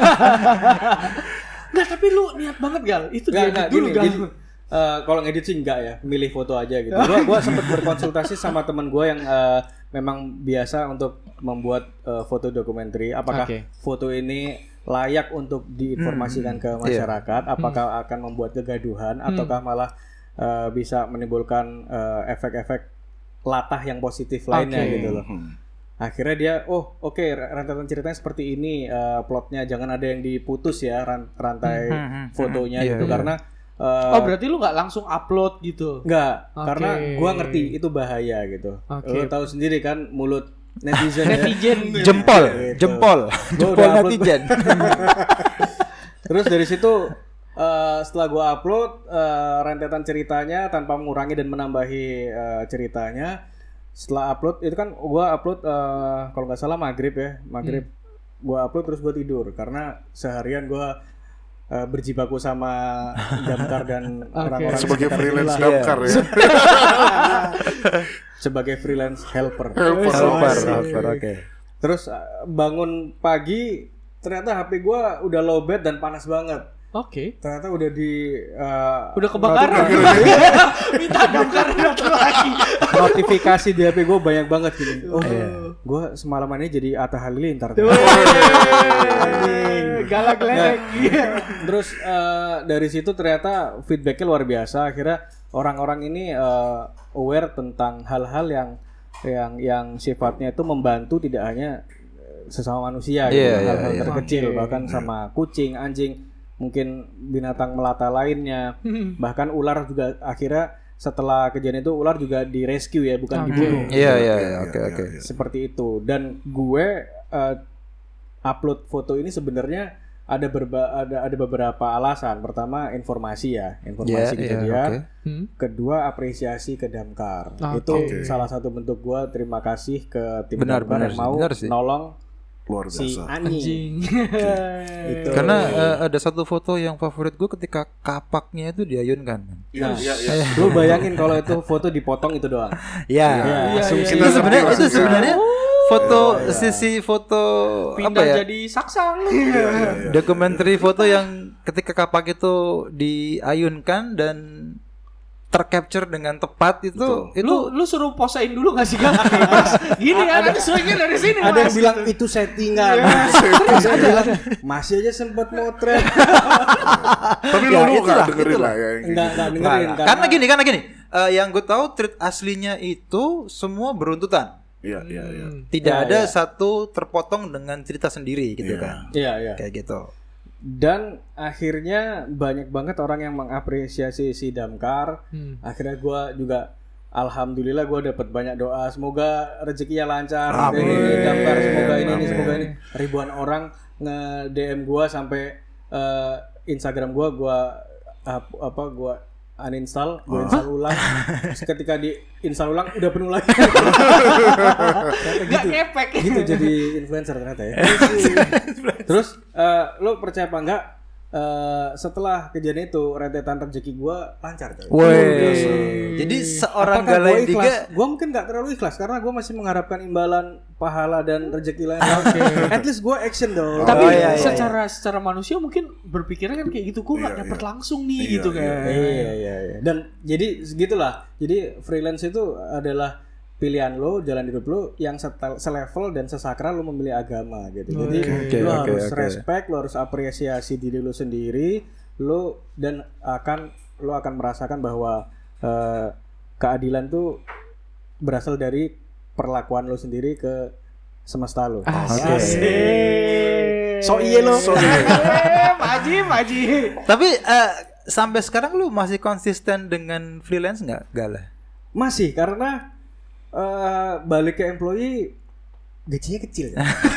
Enggak, tapi lu niat banget Gal. Itu diedit dulu Gal. Kalau ngedit sih enggak ya, milih foto aja gitu. Gua sempat berkonsultasi sama teman gua yang memang biasa untuk membuat foto dokumenter. Apakah foto ini layak untuk diinformasikan ke masyarakat? Apakah akan membuat kegaduhan ataukah malah bisa menimbulkan efek-efek latah yang positif lainnya gitu loh. Akhirnya dia rentetan ceritanya seperti ini, plotnya jangan ada yang diputus ya rantai fotonya gitu. Karena berarti lu nggak langsung upload gitu? Nggak, karena gua ngerti itu bahaya gitu. Lu tahu sendiri kan mulut netizen jempol netizen. Terus dari situ setelah gua upload rentetan ceritanya tanpa mengurangi dan menambahi ceritanya, setelah upload itu kan gua upload kalau nggak salah maghrib gua upload terus gua tidur karena seharian gua berjibaku sama Damkar dan orang-orang sebagai freelance Damkar ya. Sebagai freelance helper. Oke. Terus bangun pagi ternyata HP gua udah lowbat dan panas banget. Ternyata udah udah kebakaran. Minta Damkar datang lagi. Notifikasi di HP gua banyak banget gini. Gua semalaman ini jadi Atta Halilintar. Galak ledek. Terus dari situ ternyata feedbacknya luar biasa. Akhirnya orang-orang ini aware tentang hal-hal yang sifatnya itu membantu, tidak hanya sesama manusia gitu, hal-hal terkecil, bahkan sama kucing, anjing, mungkin binatang melata lainnya, bahkan ular juga akhirnya setelah kejadian itu ular juga di rescue ya, bukan dibunuh. Oke. Seperti itu. Dan gue upload foto ini sebenarnya ada beberapa alasan. Pertama informasi kejadian. Kedua apresiasi ke Damkar. Itu salah satu bentuk gue terima kasih ke tim Damkar yang mau nolong luar biasa. si anjing. Itu. Karena ada satu foto yang favorit gue ketika kapaknya itu diayunkan. Iya. Lu bayangin kalau itu foto dipotong itu doang. Iya. Itu sebenarnya foto sisi foto pindah apa ya? Jadi saksang. Dokumenter foto yang ketika kapak itu diayunkan dan tercapture dengan tepat itu. Lu suruh posein dulu enggak sih, Gang? Gini ya, nanti swingnya dari sini. Ada yang bilang itu settingan. Ada bilang masih aja sempat motret. Tapi lu enggak dengerin lah ya. Enggak dengerin. Karena gini. Yang gue tahu tweet aslinya itu semua beruntutan. Iya. Tidak ada satu terpotong dengan cerita sendiri gitu kan. Iya. Kayak gitu. Dan akhirnya banyak banget orang yang mengapresiasi si Damkar. Akhirnya gue juga alhamdulillah gue dapat banyak doa, semoga rezekinya lancar. Ini Damkar, semoga ini. Ribuan orang nge-DM gue sampai Instagram gue uninstall, gue install ulang. Ketika di install ulang udah penuh lagi. Gak ngepek. Gitu jadi influencer ternyata ya. Terus lo percaya apa enggak? Setelah kejadian itu rentetan rezeki gue lancar. Jadi seorang Galendiga, gue mungkin nggak terlalu ikhlas karena gue masih mengharapkan imbalan pahala dan rezeki lain. At least gue action dong. Tapi secara manusia mungkin berpikirnya kan kayak gitu, gue nggak dapet langsung nih gitu kan. Iya. Dan jadi segitulah. Jadi freelance itu adalah pilihan lo, jalan hidup lo yang selevel dan sesakral lo memilih agama gitu. Jadi lo harus respect, lo harus apresiasi diri lo sendiri, lo akan merasakan bahwa keadilan tuh berasal dari perlakuan lo sendiri ke semesta lo. So iya lo. Maji. Tapi sampai sekarang lu masih konsisten dengan freelance nggak, Gala? Masih, karena balik ke employee gajinya kecil.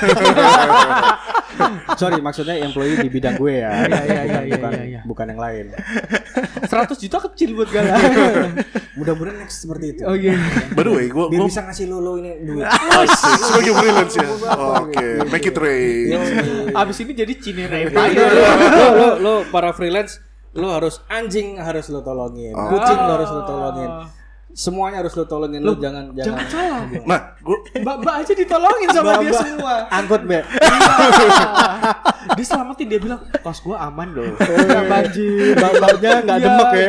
Sorry, maksudnya employee di bidang gue ya. Bukan yang lain. 100 juta kecil buat Gala. Mudah-mudahan next seperti itu. By the way, gue bisa ngasih lo ini duit. Sebagai freelance ya. Oke, make it rain. Abis ini jadi Cinere. Lo para freelance, lo harus lo tolongin, kucing lo harus lo tolongin. Semuanya harus lo tolongin. Lo jangan salah. Nah, Mbak aja ditolongin sama dia semua. Angkut, Mbak. Dia selamatin, dia bilang kos gua aman loh. Enggak banjir, mbaknya enggak demek ya.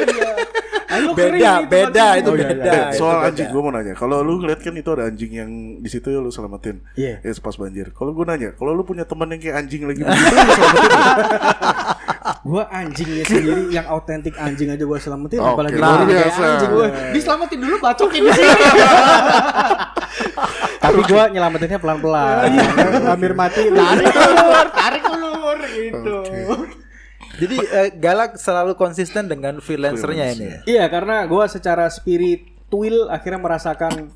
Beda. Soal anjing gue mau nanya, kalau lu ngeliat kan itu ada anjing yang di situ ya lu selamatin. Ya pas banjir. Kalau gue nanya, kalau lu punya teman yang kayak anjing lagi begitu, lu selamatin. Gue anjingnya sendiri yang autentik anjing aja gue selamatin, apalagi luar biasa. Anjing gue. Diselamatin dulu, bacokin di sini. Tapi gue nyelamatinnya pelan-pelan. Hampir mati. Tarik ulur gitu. Jadi Galak selalu konsisten dengan freelancernya ini ya? Iya, karena gue secara spiritual akhirnya merasakan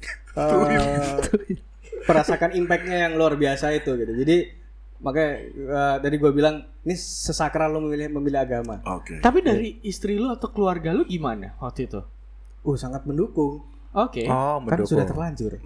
impactnya yang luar biasa itu gitu. Jadi makanya tadi gue bilang ini sesakral lo memilih agama. Tapi dari istri lo atau keluarga lo gimana waktu itu? Sangat mendukung. Kan sudah terlanjur.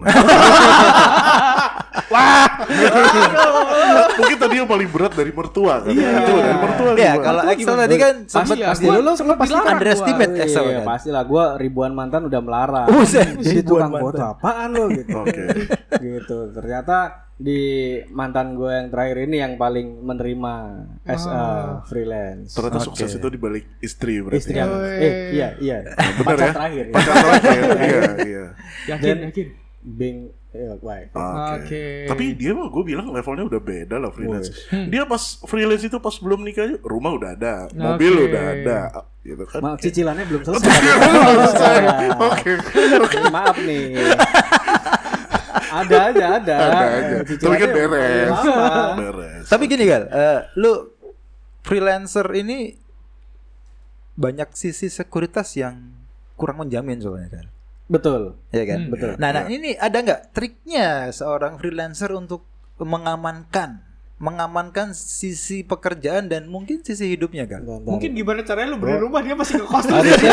Wah. Mungkin tadi yang paling berat dari mertua kan. Dari mertua. Iya, kalau Excel tadi kan pasti lo pasti underestimate Excel kan. Pastilah gue ribuan mantan udah melarang. Jadi tukang foto apaan lo gitu. Gitu. Ternyata di mantan gue yang terakhir ini yang paling menerima as a freelance. Ternyata sukses itu dibalik istri berarti. Istri yang iya. Benar ya? Terakhir. Pacar terakhir. Iya. Yakin. Bing baik. Tapi dia mah gue bilang levelnya udah beda lah freelance. Dia pas freelance itu pas belum nikah rumah udah ada, mobil udah ada, gitu kan. Cicilannya belum selesai. Oke. Maaf nih. Ada aja. Tapi kan beres. Tapi gini Gal, lu freelancer ini banyak sisi sekuritas yang kurang menjamin soalnya kan. Betul. Ya kan? Betul. Nah, ini ada nggak triknya seorang freelancer untuk mengamankan sisi pekerjaan dan mungkin sisi hidupnya kan? Mungkin gimana caranya lu beli rumah dia masih ngekos.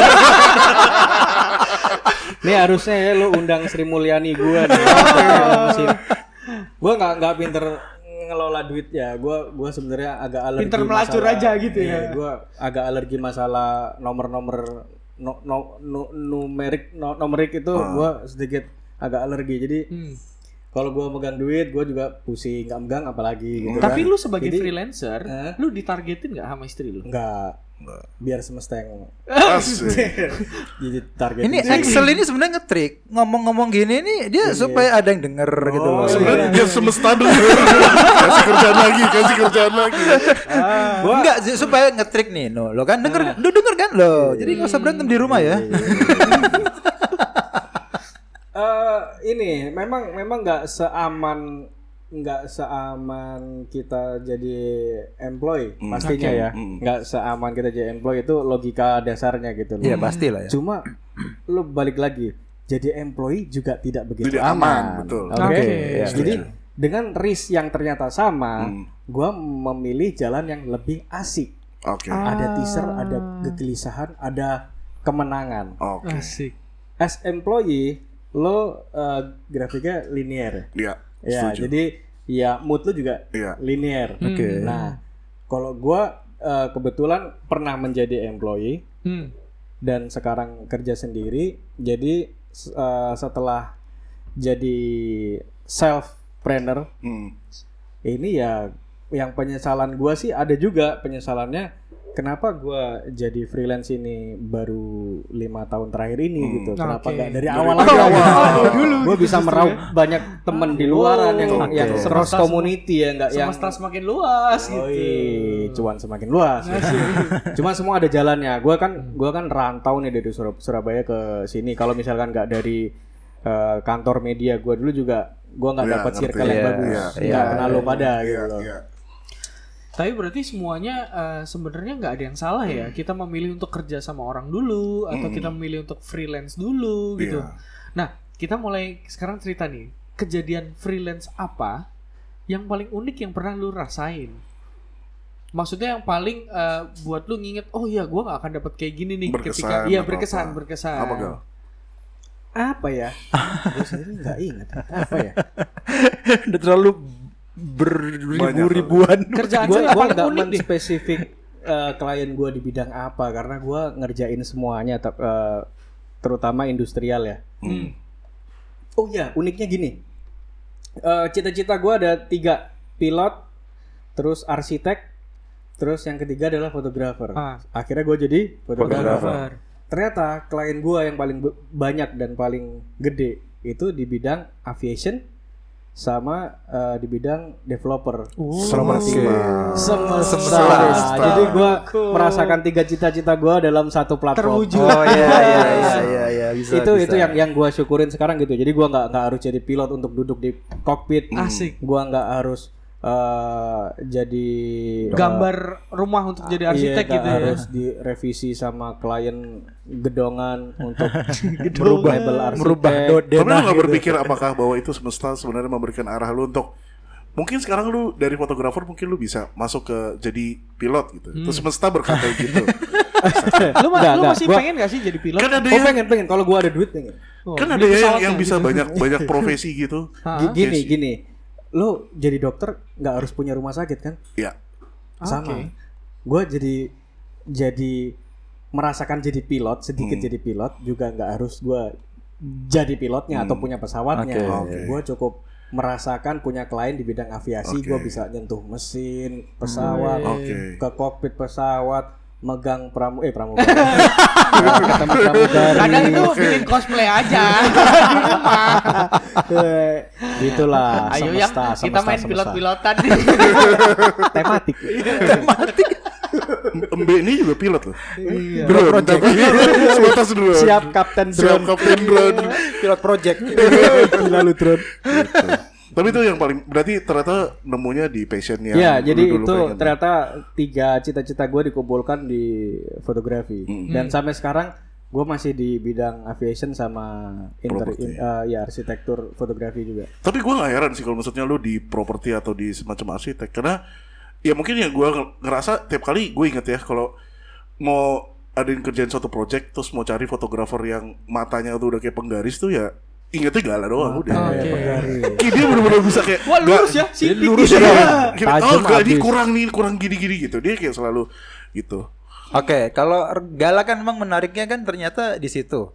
Nih harusnya ya lu undang Sri Mulyani gua nih. Gua nggak pinter ngelola duit ya. Gua sebenarnya agak alergi. Pinter melacur aja gitu ya. Gua agak alergi masalah nomor-nomor numerik itu gua sedikit agak alergi. Jadi kalau gue megang duit, gue juga pusing, nggak megang apalagi gitu. Tapi lu sebagai freelancer, lu ditargetin nggak sama istri lu? Enggak. Biar semesta yang jadi target. Ini Excel ini sebenarnya ngetrik. Ngomong-ngomong gini nih dia supaya ada yang denger gitu loh. Sebenarnya biar semesta denger. Kasih kerjaan lagi. Enggak supaya ngetrik nih. Lo kan denger kan lo. Jadi nggak usah berantem di rumah ya. Ini memang nggak seaman kita jadi employee pastinya ya. Nggak seaman kita jadi employee, itu logika dasarnya gitu loh. Iya pastilah ya. Cuma lu balik lagi, jadi employee juga tidak begitu tidak aman. Betul. Oke. Ya. Jadi dengan risk yang ternyata sama, gua memilih jalan yang lebih asik. Ada teaser, ada kegelisahan, ada kemenangan. Asik. As employee lo grafiknya linear. Iya. Ya, jadi ya mood lo juga linear. Nah, kalau gua kebetulan pernah menjadi employee dan sekarang kerja sendiri. Jadi setelah jadi self-planner, ini ya yang penyesalan gua sih ada juga penyesalannya. Kenapa gue jadi freelance ini baru 5 tahun terakhir ini gitu? Kenapa nggak dari awal aja? Gue bisa meraup banyak temen di luaran yang cross community ya, nggak yang semesta semakin luas gitu. Cuan semakin luas. Cuma semua ada jalannya. Gue kan rantau nih dari Surabaya ke sini. Kalau misalkan nggak dari kantor media gue dulu juga, gue nggak dapat circle yang bagus. Nggak kenal lo pada gitu. Tapi berarti semuanya sebenarnya nggak ada yang salah ya. Kita memilih untuk kerja sama orang dulu atau kita memilih untuk freelance dulu gitu. Nah, kita mulai sekarang cerita nih. Kejadian freelance apa yang paling unik yang pernah lu rasain? Maksudnya yang paling buat lu nginget, oh iya gue nggak akan dapat kayak gini nih ketika berkesan. Apa ya? Gue sendiri nggak ingat. Apa ya? Udah terlalu beribu-ribuan kerjaan gue nggak menspesifik klien gue di bidang apa, karena gue ngerjain semuanya terutama industrial ya. Oh ya, uniknya gini, cita-cita gue ada 3, pilot, terus arsitek, terus yang ketiga adalah fotografer. Akhirnya gue jadi fotografer. Ternyata klien gue yang paling banyak dan paling gede itu di bidang aviation sama di bidang developer. Semesta. Jadi gue merasakan 3 cita-cita gue dalam satu platform. Terwujud. Iya. Itu yang gue syukurin sekarang gitu. Jadi gue nggak harus jadi pilot untuk duduk di kokpit. Asik. Gue nggak harus jadi gambar rumah untuk jadi arsitek gitu ya. Harus direvisi sama klien gedongan untuk merubah Tapi lu gak berpikir apakah bahwa itu semesta sebenarnya memberikan arah lu untuk mungkin sekarang lu dari fotografer mungkin lu bisa masuk ke jadi pilot gitu. Terus semesta berkata gitu. Lu masih pengen gak sih jadi pilot? Kan ada pengen kalau gua ada duit pengen. Kan ada yang bisa banyak profesi gitu. Gini. Lo jadi dokter nggak harus punya rumah sakit kan? Iya. Sama. Gue jadi merasakan jadi pilot, sedikit jadi pilot juga nggak harus gue jadi pilotnya atau punya pesawatnya. Gue cukup merasakan punya klien di bidang aviasi. Gue bisa nyentuh mesin pesawat, ke kokpit pesawat, megang pramugari. Ketemu pramugari. Kadang itu bikin cosplay aja di rumah. Gitulah. Ayo semesta, kita main pilot-pilotan. Tematik. Mbe ini juga pilot loh. Iya. Drone, tapi sebatas drone. Siap kapten drone. Pilot project. Lalu drone. Gitu. Tapi itu yang paling berarti ternyata nemunya di passionnya. Ya, jadi dulu itu pengen. ternyata 3 cita-cita gue dikumpulkan di fotografi. Dan sampai sekarang gue masih di bidang aviation sama arsitektur fotografi juga. Tapi gue gak heran sih kalau maksudnya lu di properti atau di semacam arsitek, karena ya mungkin yang gue ngerasa tiap kali gue inget ya kalau mau adain kerjaan suatu project terus mau cari fotografer yang matanya tuh udah kayak penggaris tuh ya ingetnya Gala doang udah. Kayak dia bener-bener bisa kayak wah lurus ya, lurus ya. Oh gak, ini kurang gini-gini gitu. Dia kayak selalu gitu. Oke, kalau Gala kan memang menariknya kan ternyata di situ.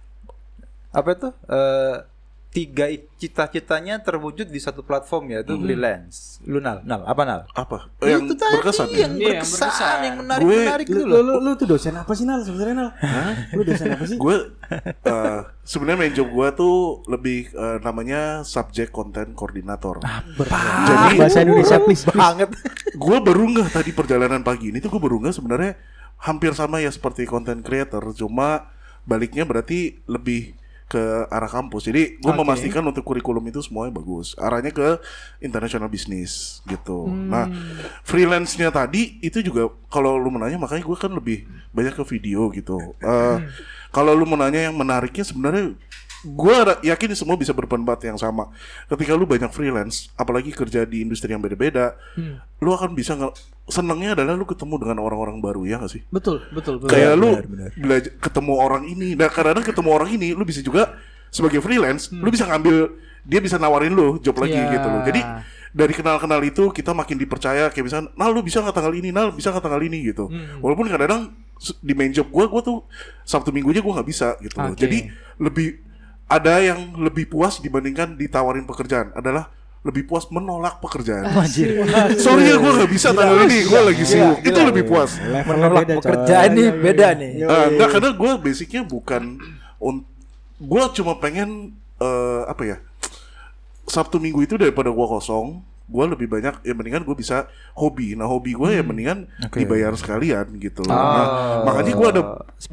Apa itu? 3 cita-citanya terwujud di satu platform yaitu freelance. Lu Nal, apa Nal? Apa? Yang itu tadi berkesan ya? yang berkesan, yang menarik itu loh. Lu tuh dosen apa sih Nal sebenarnya Nal? Lu dosen apa sih? Gue sebenarnya main job gue tuh lebih namanya subject content coordinator. Jadi bahasa Indonesia please. Banget. Gue baru ngeh tadi perjalanan pagi ini tuh gue baru ngeh sebenarnya hampir sama ya seperti content creator, cuma baliknya berarti lebih ke arah kampus. Jadi gue memastikan untuk kurikulum itu semuanya bagus. Arahnya ke international business gitu. Nah, freelance-nya tadi itu juga kalau lu menanya makanya gue kan lebih banyak ke video gitu. Kalau lu menanya yang menariknya sebenarnya gue yakin semua bisa berpendapat yang sama. Ketika lu banyak freelance, apalagi kerja di industri yang beda-beda, lu akan bisa senangnya adalah lu ketemu dengan orang-orang baru, ya nggak sih? Betul. Kayak lu belajar ketemu orang ini. Nah, kadang-kadang ketemu orang ini, lu bisa juga sebagai freelance, lu bisa ngambil, dia bisa nawarin lu job lagi gitu loh. Jadi dari kenal-kenal itu kita makin dipercaya. Kayak misalnya, Nal lu bisa nggak tanggal ini, Nal bisa nggak tanggal ini gitu. Walaupun kadang-kadang di main job gue tuh Sabtu Minggunya gue nggak bisa gitu loh. Jadi lebih ada yang lebih puas dibandingkan ditawarin pekerjaan adalah lebih puas menolak pekerjaan. Sorry ya gue gak bisa tanggal ini, gue lagi sibuk. Itu lebih puas. Menolak pekerjaan nih beda nih. Enggak, karena gue basicnya bukan gue cuma pengen apa ya, Sabtu Minggu itu daripada gue kosong, gue lebih banyak ya mendingan gue bisa hobi. Nah hobi gue ya mendingan dibayar sekalian gitu. Nah makanya gue ada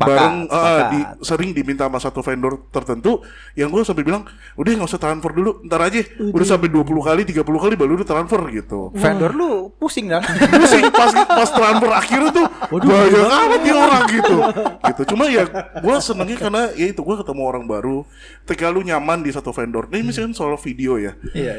sering diminta sama satu vendor tertentu yang gue sampai bilang udah nggak usah transfer dulu, ntar aja udah sampai 20 kali 30 kali baru udah transfer gitu. Vendor lu pusing kan? Pusing pas transfer akhirnya tuh banyak amat dia orang gitu. Cuma ya gue senengnya karena ya itu gue ketemu orang baru. Ketika lu nyaman di satu vendor, nih misalnya soal video ya.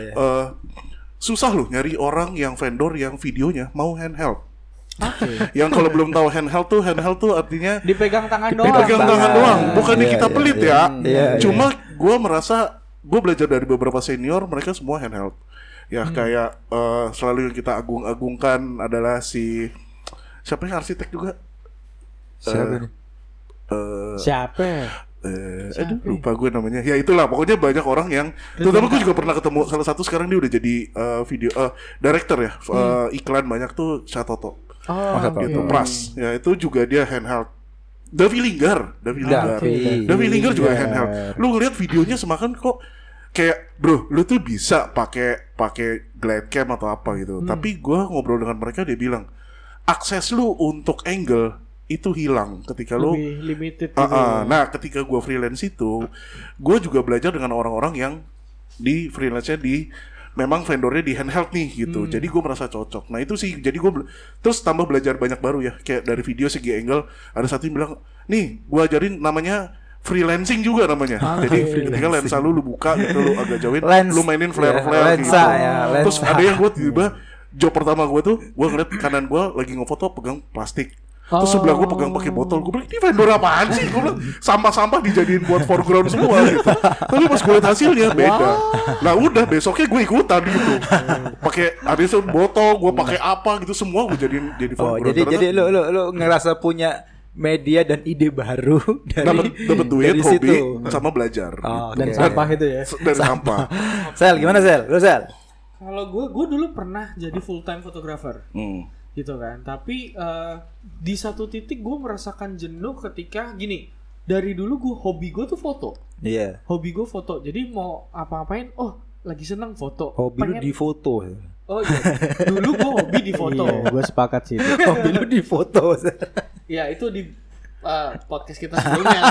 Susah loh nyari orang yang vendor yang videonya mau handheld. Yang kalau belum tahu handheld tuh artinya dipegang tangan doang. Bukannya kita pelit ya. Cuma gue merasa gue belajar dari beberapa senior, mereka semua handheld. Ya kayak selalu yang kita agung-agungkan adalah siapa yang arsitek juga? Siapa? Lupa gue namanya. Ya itulah pokoknya banyak orang yang terutama gue juga pernah ketemu salah satu sekarang dia udah jadi video director ya iklan banyak tuh Shatoto. Gitu Pras. Ya itu juga dia handheld. Davi Linggar juga handheld. Lu ngeliat videonya semakan kok kayak bro, lu tuh bisa pakai Glidecam atau apa gitu. Tapi gue ngobrol dengan mereka dia bilang akses lu untuk angle itu hilang ketika lo limited Nah ketika gue freelance itu gue juga belajar dengan orang-orang yang di freelance-nya memang vendornya di handheld nih gitu. Jadi gue merasa cocok. Nah itu sih jadi gue terus tambah belajar banyak baru ya. Kayak dari video segi angle ada satu yang bilang nih gue ajarin namanya freelancing juga namanya. Jadi ketika lensa lu buka gitu lu agak jauhin, lu mainin flare gitu. Terus ada yang gue tiba-tiba job pertama gue tuh gue ngeliat kanan gue lagi ngefoto pegang plastik. Terus sebelah gue pegang pakai botol. Gue bilang, ini vendor apaan sih? Gue bilang, sampah-sampah dijadiin buat foreground semua gitu. Tapi pas gue lihat hasilnya beda. Nah udah besoknya gue ikutan gitu. Pakai ada botol, gue pakai apa gitu semua gue jadiin jadi foreground. Jadi lu ngerasa punya media dan ide baru dapat duit, hobi sama belajar. Dan sampah itu ya. Dan sampah. Sel gimana Sel? Lu Sel? Kalau gue dulu pernah jadi full time photographer. Gitu kan, tapi di satu titik gue merasakan jenuh ketika gini, dari dulu hobi gue tuh foto. Hobi gue foto, jadi mau apa-apain, lagi seneng foto. Hobi lu di foto ya? Oh iya. Dulu gue hobi di foto. Iya, gue sepakat sih. Hobi lu di foto. Ya itu di podcast kita sebelumnya.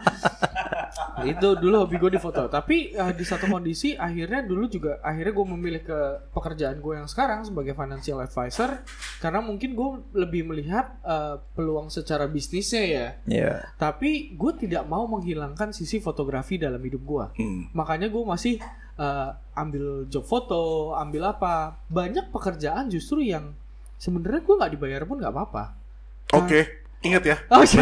Itu dulu hobi gue di foto. Tapi di satu kondisi akhirnya gue memilih ke pekerjaan gue yang sekarang sebagai financial advisor karena mungkin gue lebih melihat peluang secara bisnisnya ya. Yeah. Tapi gue tidak mau menghilangkan sisi fotografi dalam hidup gue. Makanya gue masih ambil job foto, ambil apa. Banyak pekerjaan justru yang sebenarnya gue nggak dibayar pun nggak apa-apa. Oke. Ingat ya,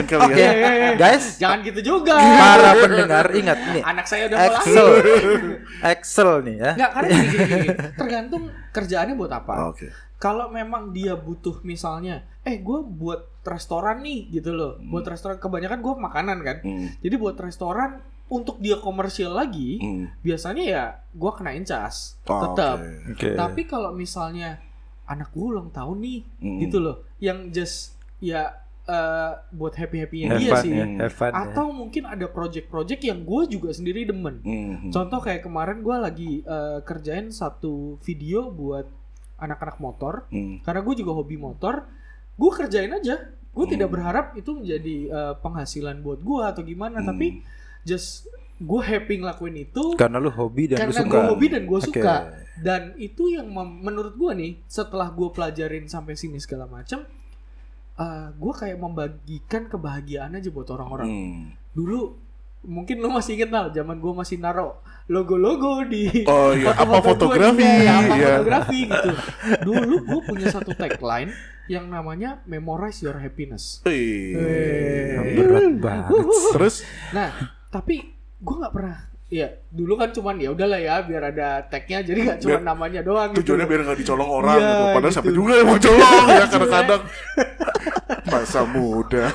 guys, jangan gitu juga. Para pendengar ingat nih. Anak saya udah mulai. Excel nih ya. Nggak, karena gini. Tergantung kerjaannya buat apa. Oke. Kalau memang dia butuh misalnya, gue buat restoran nih gitu loh. Buat restoran, kebanyakan gue makanan kan. Jadi buat restoran untuk dia komersial lagi, biasanya ya gue kenain cas, tetap. Okay. Tapi kalau misalnya anak gue ulang tahun nih, gitu loh, yang just ya buat happy-happynya dia sih. Atau mungkin ada project-project yang gue juga sendiri demen. Contoh kayak kemarin gue lagi kerjain satu video buat anak-anak motor. Karena gue juga hobi motor. Gue kerjain aja. Gue tidak berharap itu menjadi penghasilan buat gue atau gimana. Tapi just gue happy ngelakuin itu. Karena lu hobi dan lu suka. Karena gue hobi dan gue suka. Dan itu yang menurut gue nih, setelah gue pelajarin sampai sini segala macam, gue kayak membagikan kebahagiaan aja buat orang-orang. Dulu mungkin lo masih inget lah, zaman gue masih naro logo-logo di fotografi, fotografi gitu. Dulu gue punya satu tagline yang namanya memorize your happiness. Berat banget. Terus? Nah, tapi gue nggak pernah. Iya, dulu kan cuman ya udahlah ya biar ada tagnya, jadi nggak cuma namanya doang. Tujuannya gitu. Biar nggak dicolong orang, gitu. Padahal gitu. Sampai juga yang mau colong ya kadang-kadang. Masa muda.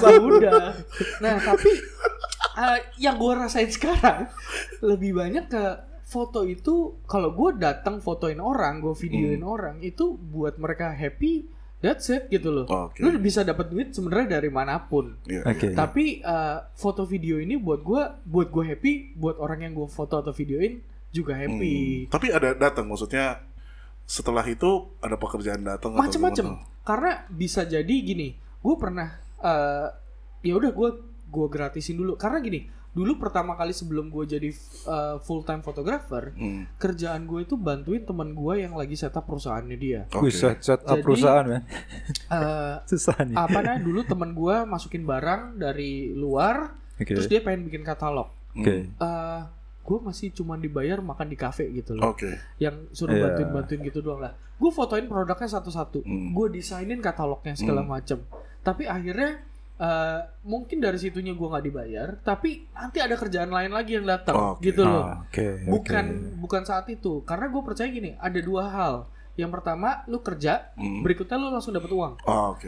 Nah, tapi yang gue rasain sekarang lebih banyak ke foto itu. Kalau gue datang fotoin orang, gue videoin orang itu buat mereka happy. That's it gitu loh. Lu bisa dapat duit sebenarnya dari manapun. Tapi foto video ini buat gue happy, buat orang yang gue foto atau videoin juga happy. Tapi ada datang, maksudnya setelah itu ada pekerjaan datang macam-macam. Karena bisa jadi gini, gue pernah ya udah gue gratisin dulu. Karena gini, dulu pertama kali sebelum gue jadi full time photographer, kerjaan gue itu bantuin teman gue yang lagi setup perusahaannya dia. Setup perusahaan ya. Susah nih. Dulu teman gue masukin barang dari luar, terus dia pengen bikin katalog. Gue masih cuma dibayar makan di kafe gitu loh. Yang suruh bantuin gitu doang lah. Gue fotoin produknya satu-satu, gue desainin katalognya segala macem. Tapi akhirnya mungkin dari situnya gue nggak dibayar, tapi nanti ada kerjaan lain lagi yang datang gitu loh. Bukan saat itu, karena gue percaya gini, ada dua hal. Yang pertama, lu kerja, berikutnya lu langsung dapat uang.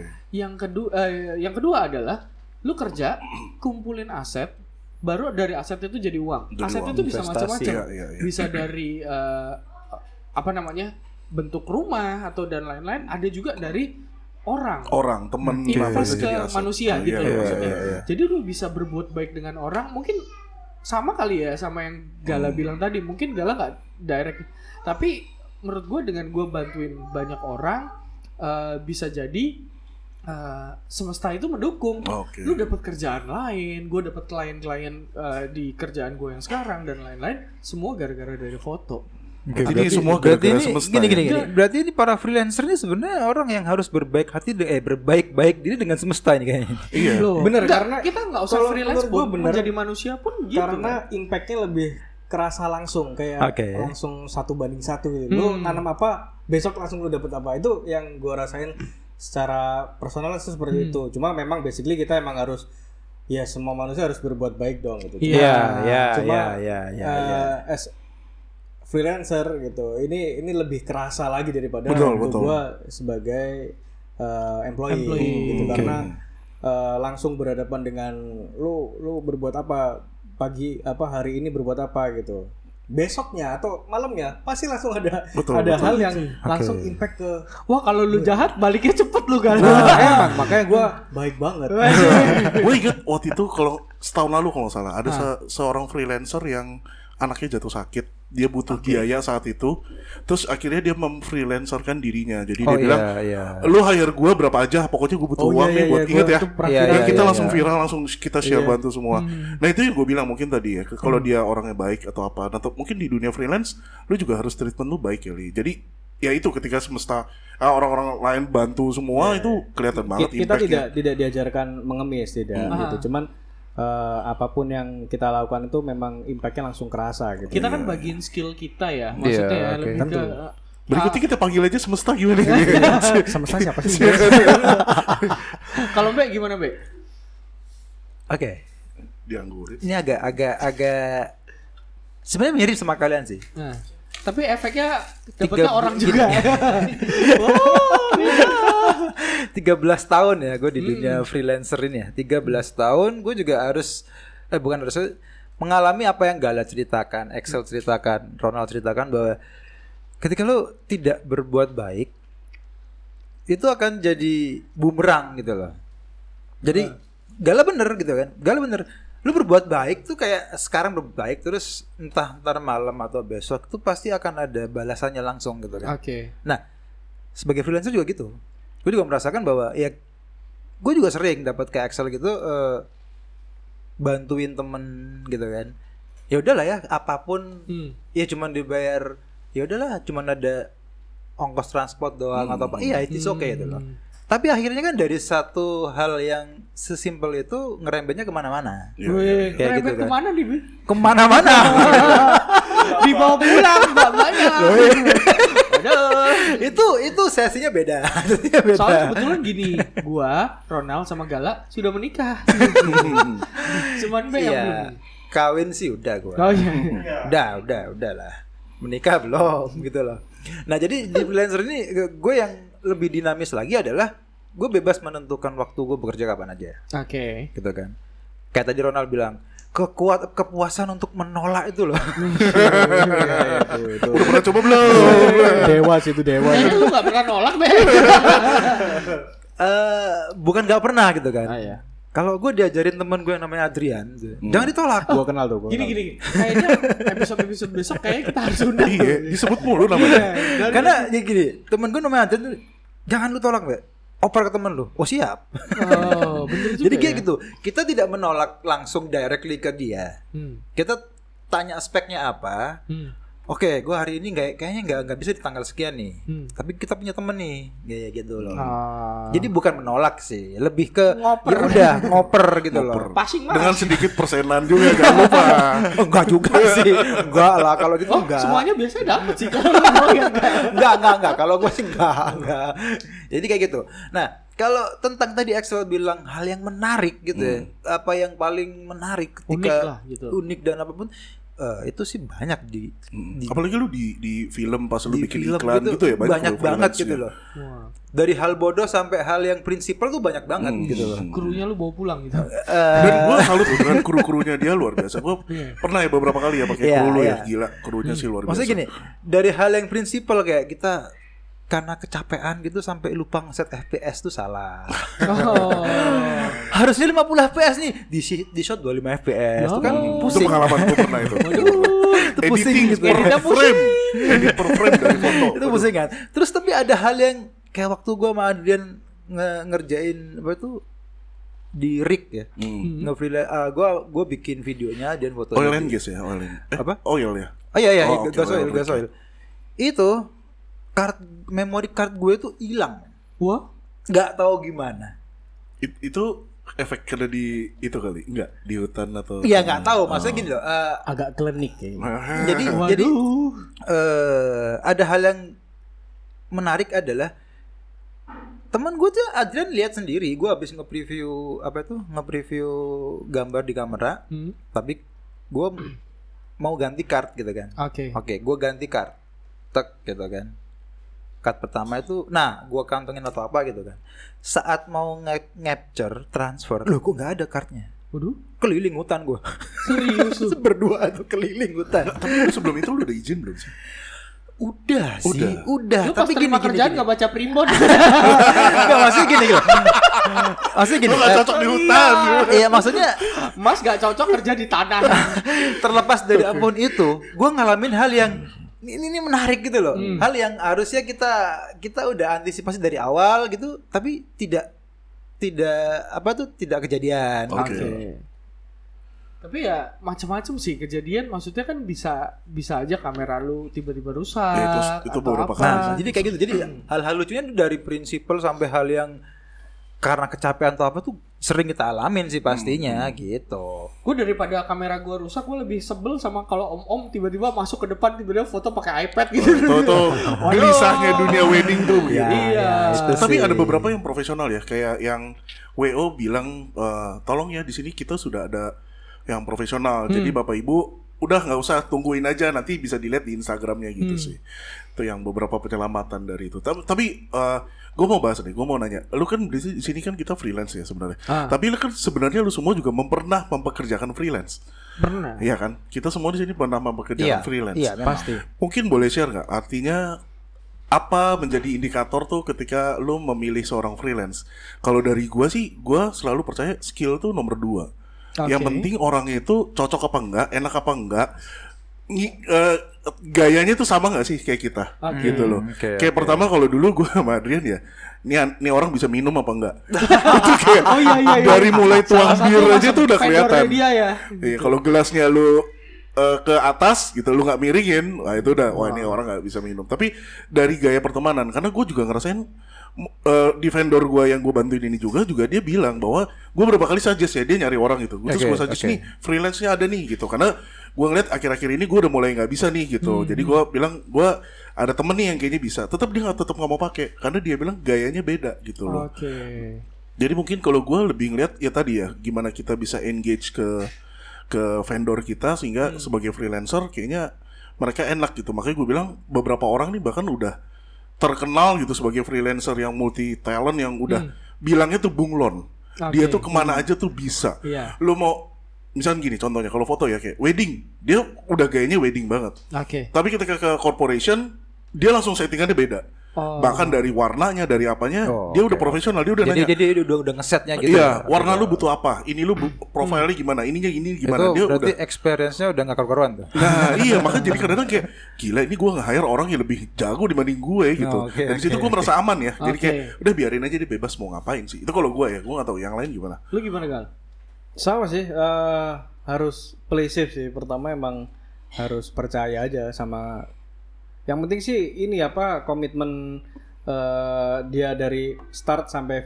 Yang kedua adalah lu kerja, kumpulin aset, baru dari aset itu jadi uang. Aset itu bisa macam-macam, bisa dari bentuk rumah atau dan lain-lain. Ada juga dari orang temen invest ke manusia gitu loh maksudnya. Jadi lu bisa berbuat baik dengan orang, mungkin sama kali ya sama yang Gala bilang tadi. Mungkin Gala nggak direct, tapi menurut gue dengan gue bantuin banyak orang, bisa jadi semesta itu mendukung. Lu dapat kerjaan lain, gue dapat klien-klien di kerjaan gue yang sekarang dan lain-lain, semua gara-gara dari foto. Jadi semua gara-gara semesta. Gini. Berarti ini para freelancer ini sebenarnya orang yang harus berbaik hati, berbaik diri dengan semesta ini kayaknya. Iya. Bener, karena kita nggak usah freelance buat menjadi manusia pun gitu. Karena impactnya lebih kerasa langsung, kayak langsung 1:1 gitu. Lu tanam apa, besok langsung lu dapet apa. Itu yang gue rasain secara personal seperti itu. Cuma memang basically kita emang harus, ya semua manusia harus berbuat baik dong gitu. As freelancer gitu, ini lebih kerasa lagi daripada untuk gue sebagai employee gitu. Karena langsung berhadapan dengan lu berbuat apa hari ini, berbuat apa gitu, besoknya atau malamnya pasti langsung ada hal yang langsung impact ke kalau lu jahat baliknya cepet lu kan. Makanya gue baik banget. Gue inget waktu itu, kalau setahun lalu kalau salah, ada seorang freelancer yang anaknya jatuh sakit. dia butuh biaya saat itu, terus akhirnya dia memfreelancerkan dirinya. Jadi dia bilang, lu hire gue berapa aja, pokoknya gue butuh uang nih buat inget ya. Dan kita langsung viral, langsung kita share bantu semua. Nah itu yang gue bilang mungkin tadi ya, kalau dia orangnya baik atau apa, atau mungkin di dunia freelance, lu juga harus treatment lu baik ya Li. Jadi ya itu ketika semesta orang-orang lain bantu semua itu kelihatan banget impactnya. Kita tidak diajarkan mengemis gitu, cuman apapun yang kita lakukan itu memang impactnya langsung kerasa gitu. Kita kan bagiin skill kita ya, maksudnya ya lebih ke berikutnya kita panggil aja semesta gimana? Semesta siapa sih? Kalau Mbak gimana Mbak? Oke. Dianggurin. Ini agak sebenarnya mirip sama kalian sih. Nah, tapi efeknya dapetnya orang juga. 13 tahun ya gue di dunia freelancer ini ya. 13 tahun gue juga harus mengalami apa yang Gala ceritakan, Excel ceritakan, Ronald ceritakan, bahwa ketika lo tidak berbuat baik itu akan jadi bumerang gitu loh. Jadi Gala bener gitu kan. Gala bener. Lu berbuat baik tuh kayak sekarang berbuat baik terus entah ntar malam atau besok tuh pasti akan ada balasannya langsung gitu kan. Nah, sebagai freelancer juga gitu. Gue juga merasakan bahwa ya gue juga sering dapat kayak Excel gitu bantuin temen gitu kan. Ya udahlah ya apapun ya cuman dibayar, ya udahlah cuman ada ongkos transport doang atau apa. Iya, it's okay gitu loh. Tapi akhirnya kan dari satu hal yang sesimpel itu ngerembetnya kemana-mana. Kayak gitu kan. Kemana nih? Kemana-mana. Dibawa pulang nggak banyak. Itu sesinya beda. Soalnya kebetulan gini, gua, Ronald sama Gala sudah menikah. Cuman Mbak yang belum. Kawin sih udah gua. Udah lah. Menikah belum gitu loh. Nah jadi di freelancer ini gue yang lebih dinamis lagi adalah gue bebas menentukan waktu gue bekerja kapan aja. Gitu kan. Kayak tadi Ronald bilang, kepuasan untuk menolak itu loh. Itu. Udah pernah coba belum? Dewa sih itu dewa. Lu gak pernah nolak deh. Bukan gak pernah gitu kan. Kalau gue diajarin temen gue yang namanya Adrian, jangan ditolak. Gue kenal tuh. Gini. Kayaknya episode besok kayaknya kita harus undang. Iya, disebut mulu namanya. Karena ya gini, temen gue namanya Adrian, jangan lu tolak, Mbak. Oper ke temen lu. Oh siap. Bener juga. Jadi kayak gitu. Kita tidak menolak langsung directly ke dia. Kita tanya speknya apa. Oke, gue hari ini kayaknya nggak bisa di tanggal sekian nih. Tapi kita punya temen nih, kayak gitu loh. Jadi bukan menolak sih, lebih ke ya udah ngoper gitu loh. Passing dengan sedikit persenan juga, jangan lupa. Enggak juga sih, enggak lah kalau gitu enggak. Semuanya biasanya dapet sih kalau enggak. Kalau gue sih enggak. Jadi kayak gitu. Nah, kalau tentang tadi Axel bilang hal yang menarik gitu ya, apa yang paling menarik ketika unik dan apapun. Itu sih banyak di apalagi lu di film pas lu bikin iklan gitu ya banyak banget gitu loh. Dari hal bodoh sampai hal yang prinsipal tuh banyak banget gitu loh. Krunya lu bawa pulang gitu. Dan gue salut dengan kru-krunya dia luar biasa. Gue pernah ya beberapa kali ya pakai kru lu ya, gila krunya sih luar biasa. Maksudnya gini, dari hal yang prinsipal kayak kita karena kecapean gitu sampai lupa ngeset FPS tuh salah. Harusnya 50 FPS nih, di shot 25 FPS. Itu kan pusing. Itu pengalaman gue pernah itu. Itu pusing gitu. Edit per frame dari foto. Itu pusing kan. Terus tapi ada hal yang kayak waktu gue sama Adrian ngerjain apa itu di rig ya. Gue bikin videonya dan fotonya. Oil and gas ya, oil and. Apa? Oil ya. Oh iya, gas oil. Itu memory card gue tuh hilang. Wah, nggak tahu gimana. Itu efek karena di itu kali, enggak di hutan atau? Iya nggak tahu. Maksudnya gini loh. Agak klinik kayaknya. Jadi ada hal yang menarik adalah teman gue tuh Adrian lihat sendiri. Gue habis nge-preview gambar di kamera. Tapi gue mau ganti card gitu kan. Oke, gue ganti card. Tek gitu kan. Card pertama itu, gue kantongin atau apa gitu kan. Saat mau capture, transfer, loh kok nggak ada cardnya. Waduh, keliling hutan gue. Serius? Berdua tuh keliling hutan. Tapi sebelum itu lu udah izin belum sih? Udah sih. Lu tapi gini kerjaan nggak baca primbon. Nggak, maksudnya gini. Maksudnya gini, gak cocok di hutan. Iya, maksudnya Mas gak cocok kerja di tanah. Terlepas dari apapun itu, gue ngalamin hal yang ini menarik gitu loh. Hal yang harusnya kita udah antisipasi dari awal gitu, tapi tidak kejadian. Oke. Tapi ya macam-macam sih kejadian, maksudnya kan bisa aja kamera lu tiba-tiba rusak. Ya, itu beberapa kali. Nah, jadi kayak gitu. Jadi hal-hal lucunya dari prinsipal sampai hal yang karena kecapean atau apa tuh sering kita alamin sih pastinya gitu. Gue daripada kamera gue rusak, gue lebih sebel sama kalau om-om tiba-tiba masuk ke depan tiba-tiba foto pakai iPad gitu. Tuh gelisahnya dunia wedding tuh. Iya. Tapi ada beberapa yang profesional ya, kayak yang WO bilang tolong ya di sini kita sudah ada yang profesional. Jadi Bapak Ibu udah nggak usah tungguin aja, nanti bisa dilihat di Instagramnya gitu sih. Itu yang beberapa penyelamatan dari itu. Tapi gue mau bahas nih, gue mau nanya, lu kan di sini kan kita freelance ya sebenarnya. Tapi lu kan sebenarnya lu semua juga pernah mempekerjakan freelance. Pernah. Iya kan? Kita semua di sini pernah mempekerjakan freelance. Iya, pasti. Mungkin boleh share nggak? Artinya apa menjadi indikator tuh ketika lu memilih seorang freelance? Kalau dari gue sih, gue selalu percaya skill tuh nomor 2. Yang penting orangnya itu cocok apa enggak, enak apa enggak, gayanya tuh sama nggak sih kayak kita, gitu loh. Kayak pertama kalau dulu gue sama Adrian ya, ini orang bisa minum apa enggak? Itu kayak dari mulai tuang bir aja tuh udah kelihatan. Iya, kalau gelasnya lu ke atas gitu, lu nggak miringin, wah itu udah, wah ini orang nggak bisa minum. Tapi dari gaya pertemanan, karena gue juga ngerasain di vendor gue yang gue bantuin ini juga dia bilang bahwa gue berapa kali suggest ya, dia nyari orang gitu. Terus gue suggest nih freelance-nya ada nih gitu, karena gue ngeliat akhir-akhir ini gue udah mulai nggak bisa nih gitu. Jadi gue bilang gue ada temen nih yang kayaknya bisa, tetap dia nggak mau pakai karena dia bilang gayanya beda gitu loh. Jadi mungkin kalau gue lebih ngeliat ya tadi ya, gimana kita bisa engage ke vendor kita sehingga sebagai freelancer kayaknya mereka enak gitu. Makanya gue bilang beberapa orang nih bahkan udah terkenal gitu sebagai freelancer yang multi talent, yang udah bilangnya tuh bunglon. Dia tuh kemana aja tuh bisa. Lu mau misalnya gini contohnya, kalau foto ya kayak wedding, dia udah gayanya wedding banget. Tapi ketika ke corporation, dia langsung settingannya beda. Bahkan dari warnanya, dari apanya, dia udah profesional, dia udah nanya. Dia udah ngesetnya gitu. Iya, warna lu butuh apa? Ini lu profilnya gimana? Ininya ini gimana? Itu dia berarti udah experience-nya udah gak karu-karuan tuh. Nah iya, makanya jadi kadang-kadang kayak gila, ini gue nge-hire orang yang lebih jago dibanding gue gitu. Dari situ gue merasa aman ya. Jadi kayak udah biarin aja dia bebas mau ngapain sih. Itu kalau gue ya, gue gak tahu yang lain gimana. Lu gimana Gal? Sama sih, harus play safe sih. Pertama emang harus percaya aja sama. Yang penting sih ini apa, komitmen dia dari start sampai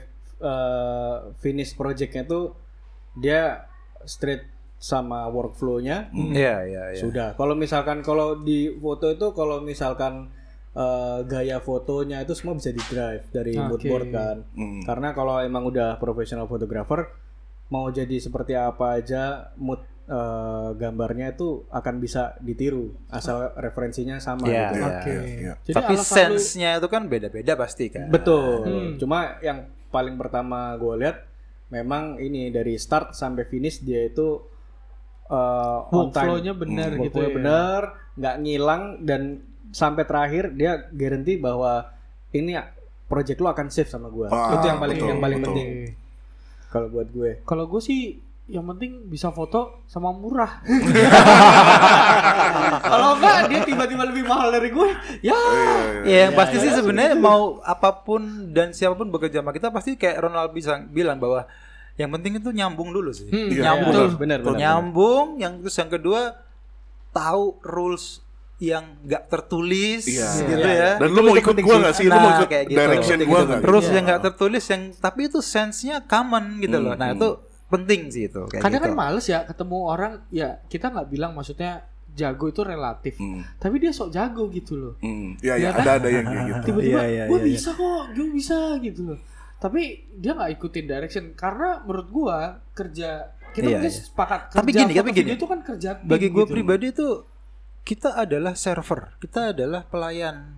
finish projectnya tuh dia straight sama workflow-nya. Iya. Sudah. Kalau misalkan kalau di foto itu, kalau misalkan gaya fotonya itu semua bisa di drive dari moodboard kan. Karena kalau emang udah professional photographer, mau jadi seperti apa aja mood gambarnya itu akan bisa ditiru asal referensinya sama gitu. Jadi tapi sense-nya itu kan beda-beda pasti kan. Betul. Cuma yang paling pertama gue lihat memang ini dari start sampai finish dia itu on time. Workflow-nya benar gitu ya. Workflow-nya benar, nggak ngilang, dan sampai terakhir dia guarantee bahwa ini project lo akan save sama gue. Itu yang paling penting. Kalau buat gue. Kalau gue sih yang penting bisa foto sama murah. Kalau enggak dia tiba-tiba lebih mahal dari gue. Ya yang pasti sih sebenarnya mau apapun dan siapapun bekerja sama kita pasti kayak Ronald bisa bilang bahwa yang penting itu nyambung dulu sih. Nyambung. Benar. Nyambung. Yang kedua tahu rules yang nggak tertulis gitu ya. Dan lu mau ikut gue nggak sih? Lu mau ikut direction gue nggak? Rules yang nggak tertulis, yang tapi itu sense-nya common gitu loh. Nah itu penting sih itu. Kadang kan males ya ketemu orang, ya kita nggak bilang maksudnya jago itu relatif, tapi dia sok jago gitu loh. Iya kan? ada yang kayak gitu. Tiba-tiba gue bisa kok, gue bisa gitu loh. Tapi dia nggak ikutin direction karena menurut gue kerja kita sepakat kerja. Tapi gini, itu kan kerja. Bagi gue pribadi itu kita adalah server, kita adalah pelayan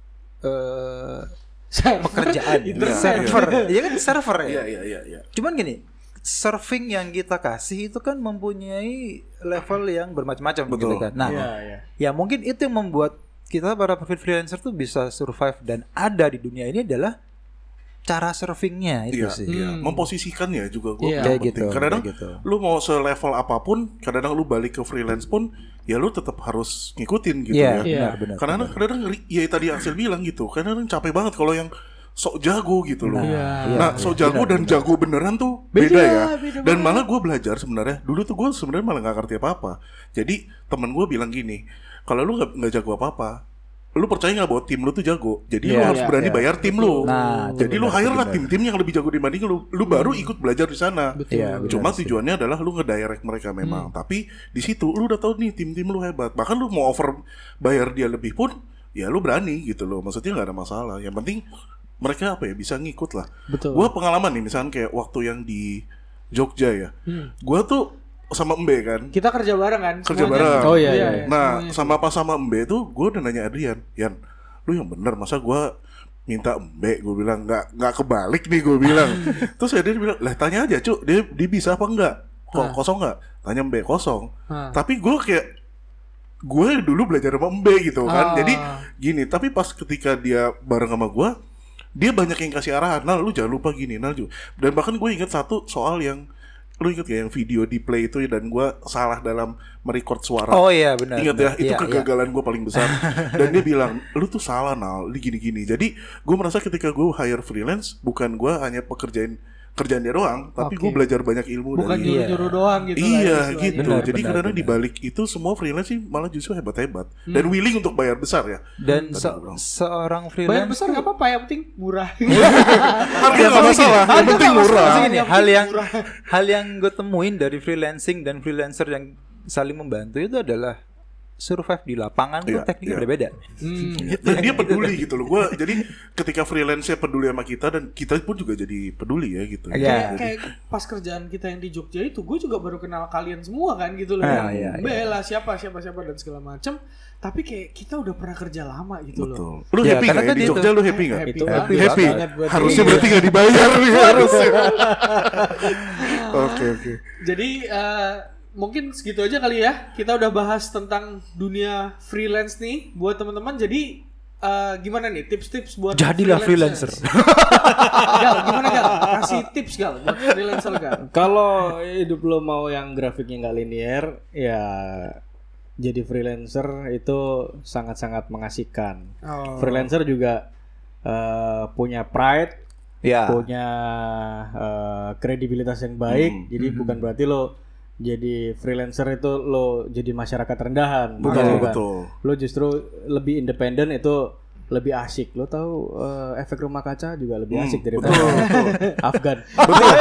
pekerjaan. Server, iya kan server ya. Iya. Cuman gini, serving yang kita kasih itu kan mempunyai level yang bermacam-macam gitu kan. Nah, ya mungkin itu yang membuat kita para freelancer tuh bisa survive dan ada di dunia ini adalah cara surfingnya itu sih. Iya. Memposisikannya juga gue kayak penting. gitu. Kadang-kadang lu mau selevel apapun, kadang-kadang lu balik ke freelance pun, ya lu tetap harus ngikutin gitu ya. Benar. Karena kadang-kadang ya tadi Axel bilang gitu, kadang-kadang capek banget kalau yang sok jago gitu loh. Nah, sok jago dan jago beneran tuh beda ya. Dan malah gue belajar sebenarnya. Dulu tuh gue sebenarnya malah nggak ngerti apa-apa. Jadi temen gue bilang gini, kalau lu nggak jago apa-apa, lu percaya nggak bahwa tim lu tuh jago? Jadi lu harus berani bayar tim lu. Nah, jadi lu hire lah tim-tim yang lebih jago dibanding lu. Lu baru ikut belajar di sana. Cuma tujuannya adalah lu ngedirect mereka memang. Tapi di situ lu udah tahu nih tim-tim lu hebat. Bahkan lu mau over bayar dia lebih pun, ya lu berani gitu loh. Maksudnya nggak ada masalah. Yang penting mereka bisa ngikut lah. Gua pengalaman nih, misalnya kayak waktu yang di Jogja ya. Gua tuh sama Mbe kan. Kita kerja bareng kan? Kerja bareng. Oh iya. Nah, sama Mbe tuh gue udah nanya Adrian, Yan, lu yang bener, masa gue minta Mbe, gue bilang nggak kebalik nih, gue bilang. Terus Adrian bilang, lah tanya aja Cuk, dia bisa apa enggak? Kosong nggak? Tanya Mbe, kosong. Tapi gue dulu belajar sama Mbe gitu kan. Jadi gini, tapi pas ketika dia bareng sama gue, dia banyak yang kasih arahan. Nah, lu jangan lupa gini, nah juga. Dan bahkan gue ingat satu soal yang, lu inget gak yang video di play itu dan gue salah dalam merecord suara? Oh iya benar. Ingat ya, itu kegagalan gue paling besar. Dan dia bilang, lu tuh salah Nal, gini-gini. Jadi gue merasa ketika gue hire freelance, bukan gue hanya kerjaan dia doang, tapi gue belajar banyak ilmu. Bukan nyuruh-nyuruh doang gitu. Iya gitu. Jadi kadang-kadang di balik itu semua freelance sih malah justru hebat-hebat dan willing untuk bayar besar ya. Dan seorang freelance bayar besar nggak apa-apa, yang penting murah. Harga nggak masalah, yang penting murah. Hal yang gue temuin dari freelancing dan freelancer yang saling membantu itu adalah survive di lapangan tuh tekniknya berbeda. Dan dia peduli gitu loh. Gua jadi ketika freelance-nya peduli sama kita dan kita pun juga jadi peduli ya gitu. Kayak pas kerjaan kita yang di Jogja itu, gue juga baru kenal kalian semua kan gitu loh. Bella siapa dan segala macam. Tapi kayak kita udah pernah kerja lama gitu loh. Lu happy nggak ya di Jogja? Lu happy nggak? Happy. Harusnya berarti nggak dibayar nih harusnya. Oke. Jadi mungkin segitu aja kali ya. Kita udah bahas tentang dunia freelance nih buat teman-teman. Jadi gimana nih tips-tips buat jadilah freelancer? Gal, gimana Gal? Kasih tips Gal buat freelancer Gal. Kalau hidup lo mau yang grafiknya nggak linear, ya jadi freelancer itu sangat-sangat mengasihkan. Freelancer juga punya pride, punya kredibilitas yang baik. Jadi bukan berarti lo jadi freelancer itu lo jadi masyarakat rendahan. Betul. Lo justru lebih independen, itu lebih asik. Lo tahu efek rumah kaca juga lebih asik daripada Afgan. Betul.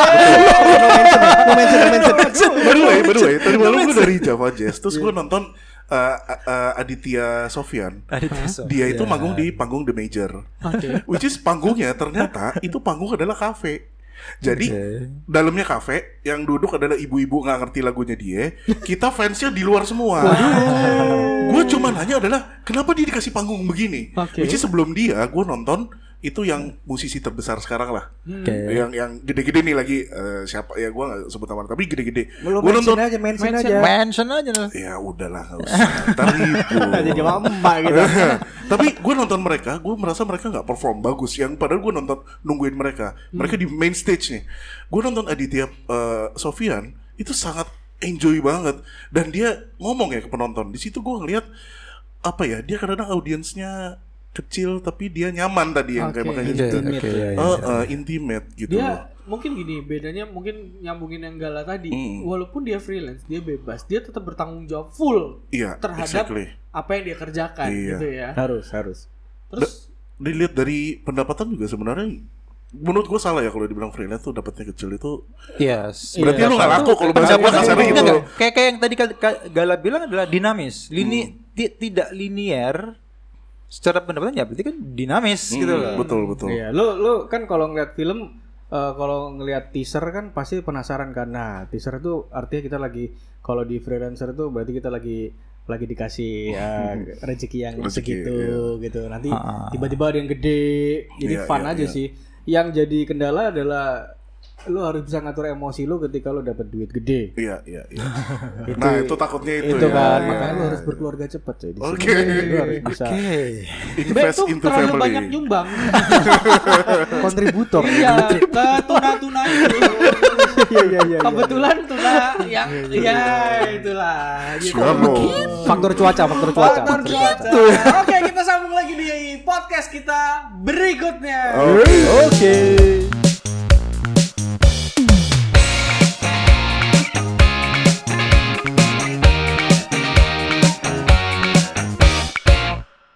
By the way, tadi malam gue dari Java Jazz, terus gue nonton Aditya Sofyan. Dia itu manggung di panggung The Major. Which is panggungnya ternyata itu panggung adalah kafe. Jadi dalamnya kafe, yang duduk adalah ibu-ibu nggak ngerti lagunya dia. Kita fansnya di luar semua. Gue cuma nanya adalah kenapa dia dikasih panggung begini. Which is sebelum dia, gue nonton itu yang musisi terbesar sekarang lah. Yang gede-gede nih lagi siapa ya, gue nggak sebut nama tapi gede-gede. Gue nonton mention aja. Ya udahlah nggak usah. Terhibu. Jadi mama gitu. Tapi gue nonton mereka, gue merasa mereka nggak perform bagus. Yang padahal gue nungguin mereka di main stage nih. Gue nonton Aditya Sofyan itu sangat enjoy banget dan dia ngomong ya ke penonton. Di situ gue ngeliat apa ya, dia kadang-kadang audiensnya kecil tapi dia nyaman tadi yang kayak makanya intimate gitu. Dia mungkin gini, bedanya mungkin nyambungin yang Gala tadi. Walaupun dia freelance, dia bebas, dia tetap bertanggung jawab full terhadap apa yang dia kerjakan gitu ya. Harus. Terus dilihat dari pendapatan juga sebenarnya menurut gue salah ya kalau dibilang freelance tuh dapatnya kecil itu. Berarti lu nggak laku kalau bahasa gue kasarnya gitu. Kayak yang tadi Gala bilang adalah dinamis, tidak linear. Secara pendapatan ya berarti kan dinamis gitu loh. Betul. Iya, lu kan kalau ngeliat film, kalau ngeliat teaser kan pasti penasaran kan. Nah, teaser itu artinya kita lagi, kalau di freelancer itu berarti kita lagi dikasih rezeki yang segitu gitu. Nanti tiba-tiba ada yang gede, jadi fun aja sih. Yang jadi kendala adalah lu harus bisa ngatur emosi lu ketika lu dapat duit gede. Iya. Nah, itu takutnya itu ya. Kan, makanya lu harus berkeluarga cepat coy. Oke. Lu harus bisa invest into terlalu family. banyak nyumbang. Kontributor. Iya, ke tuna-tuna itu. Iya. Kebetulan tuna yang itulah. Gitu. Faktor cuaca. Oke, kita sambung lagi di podcast kita berikutnya. Oke.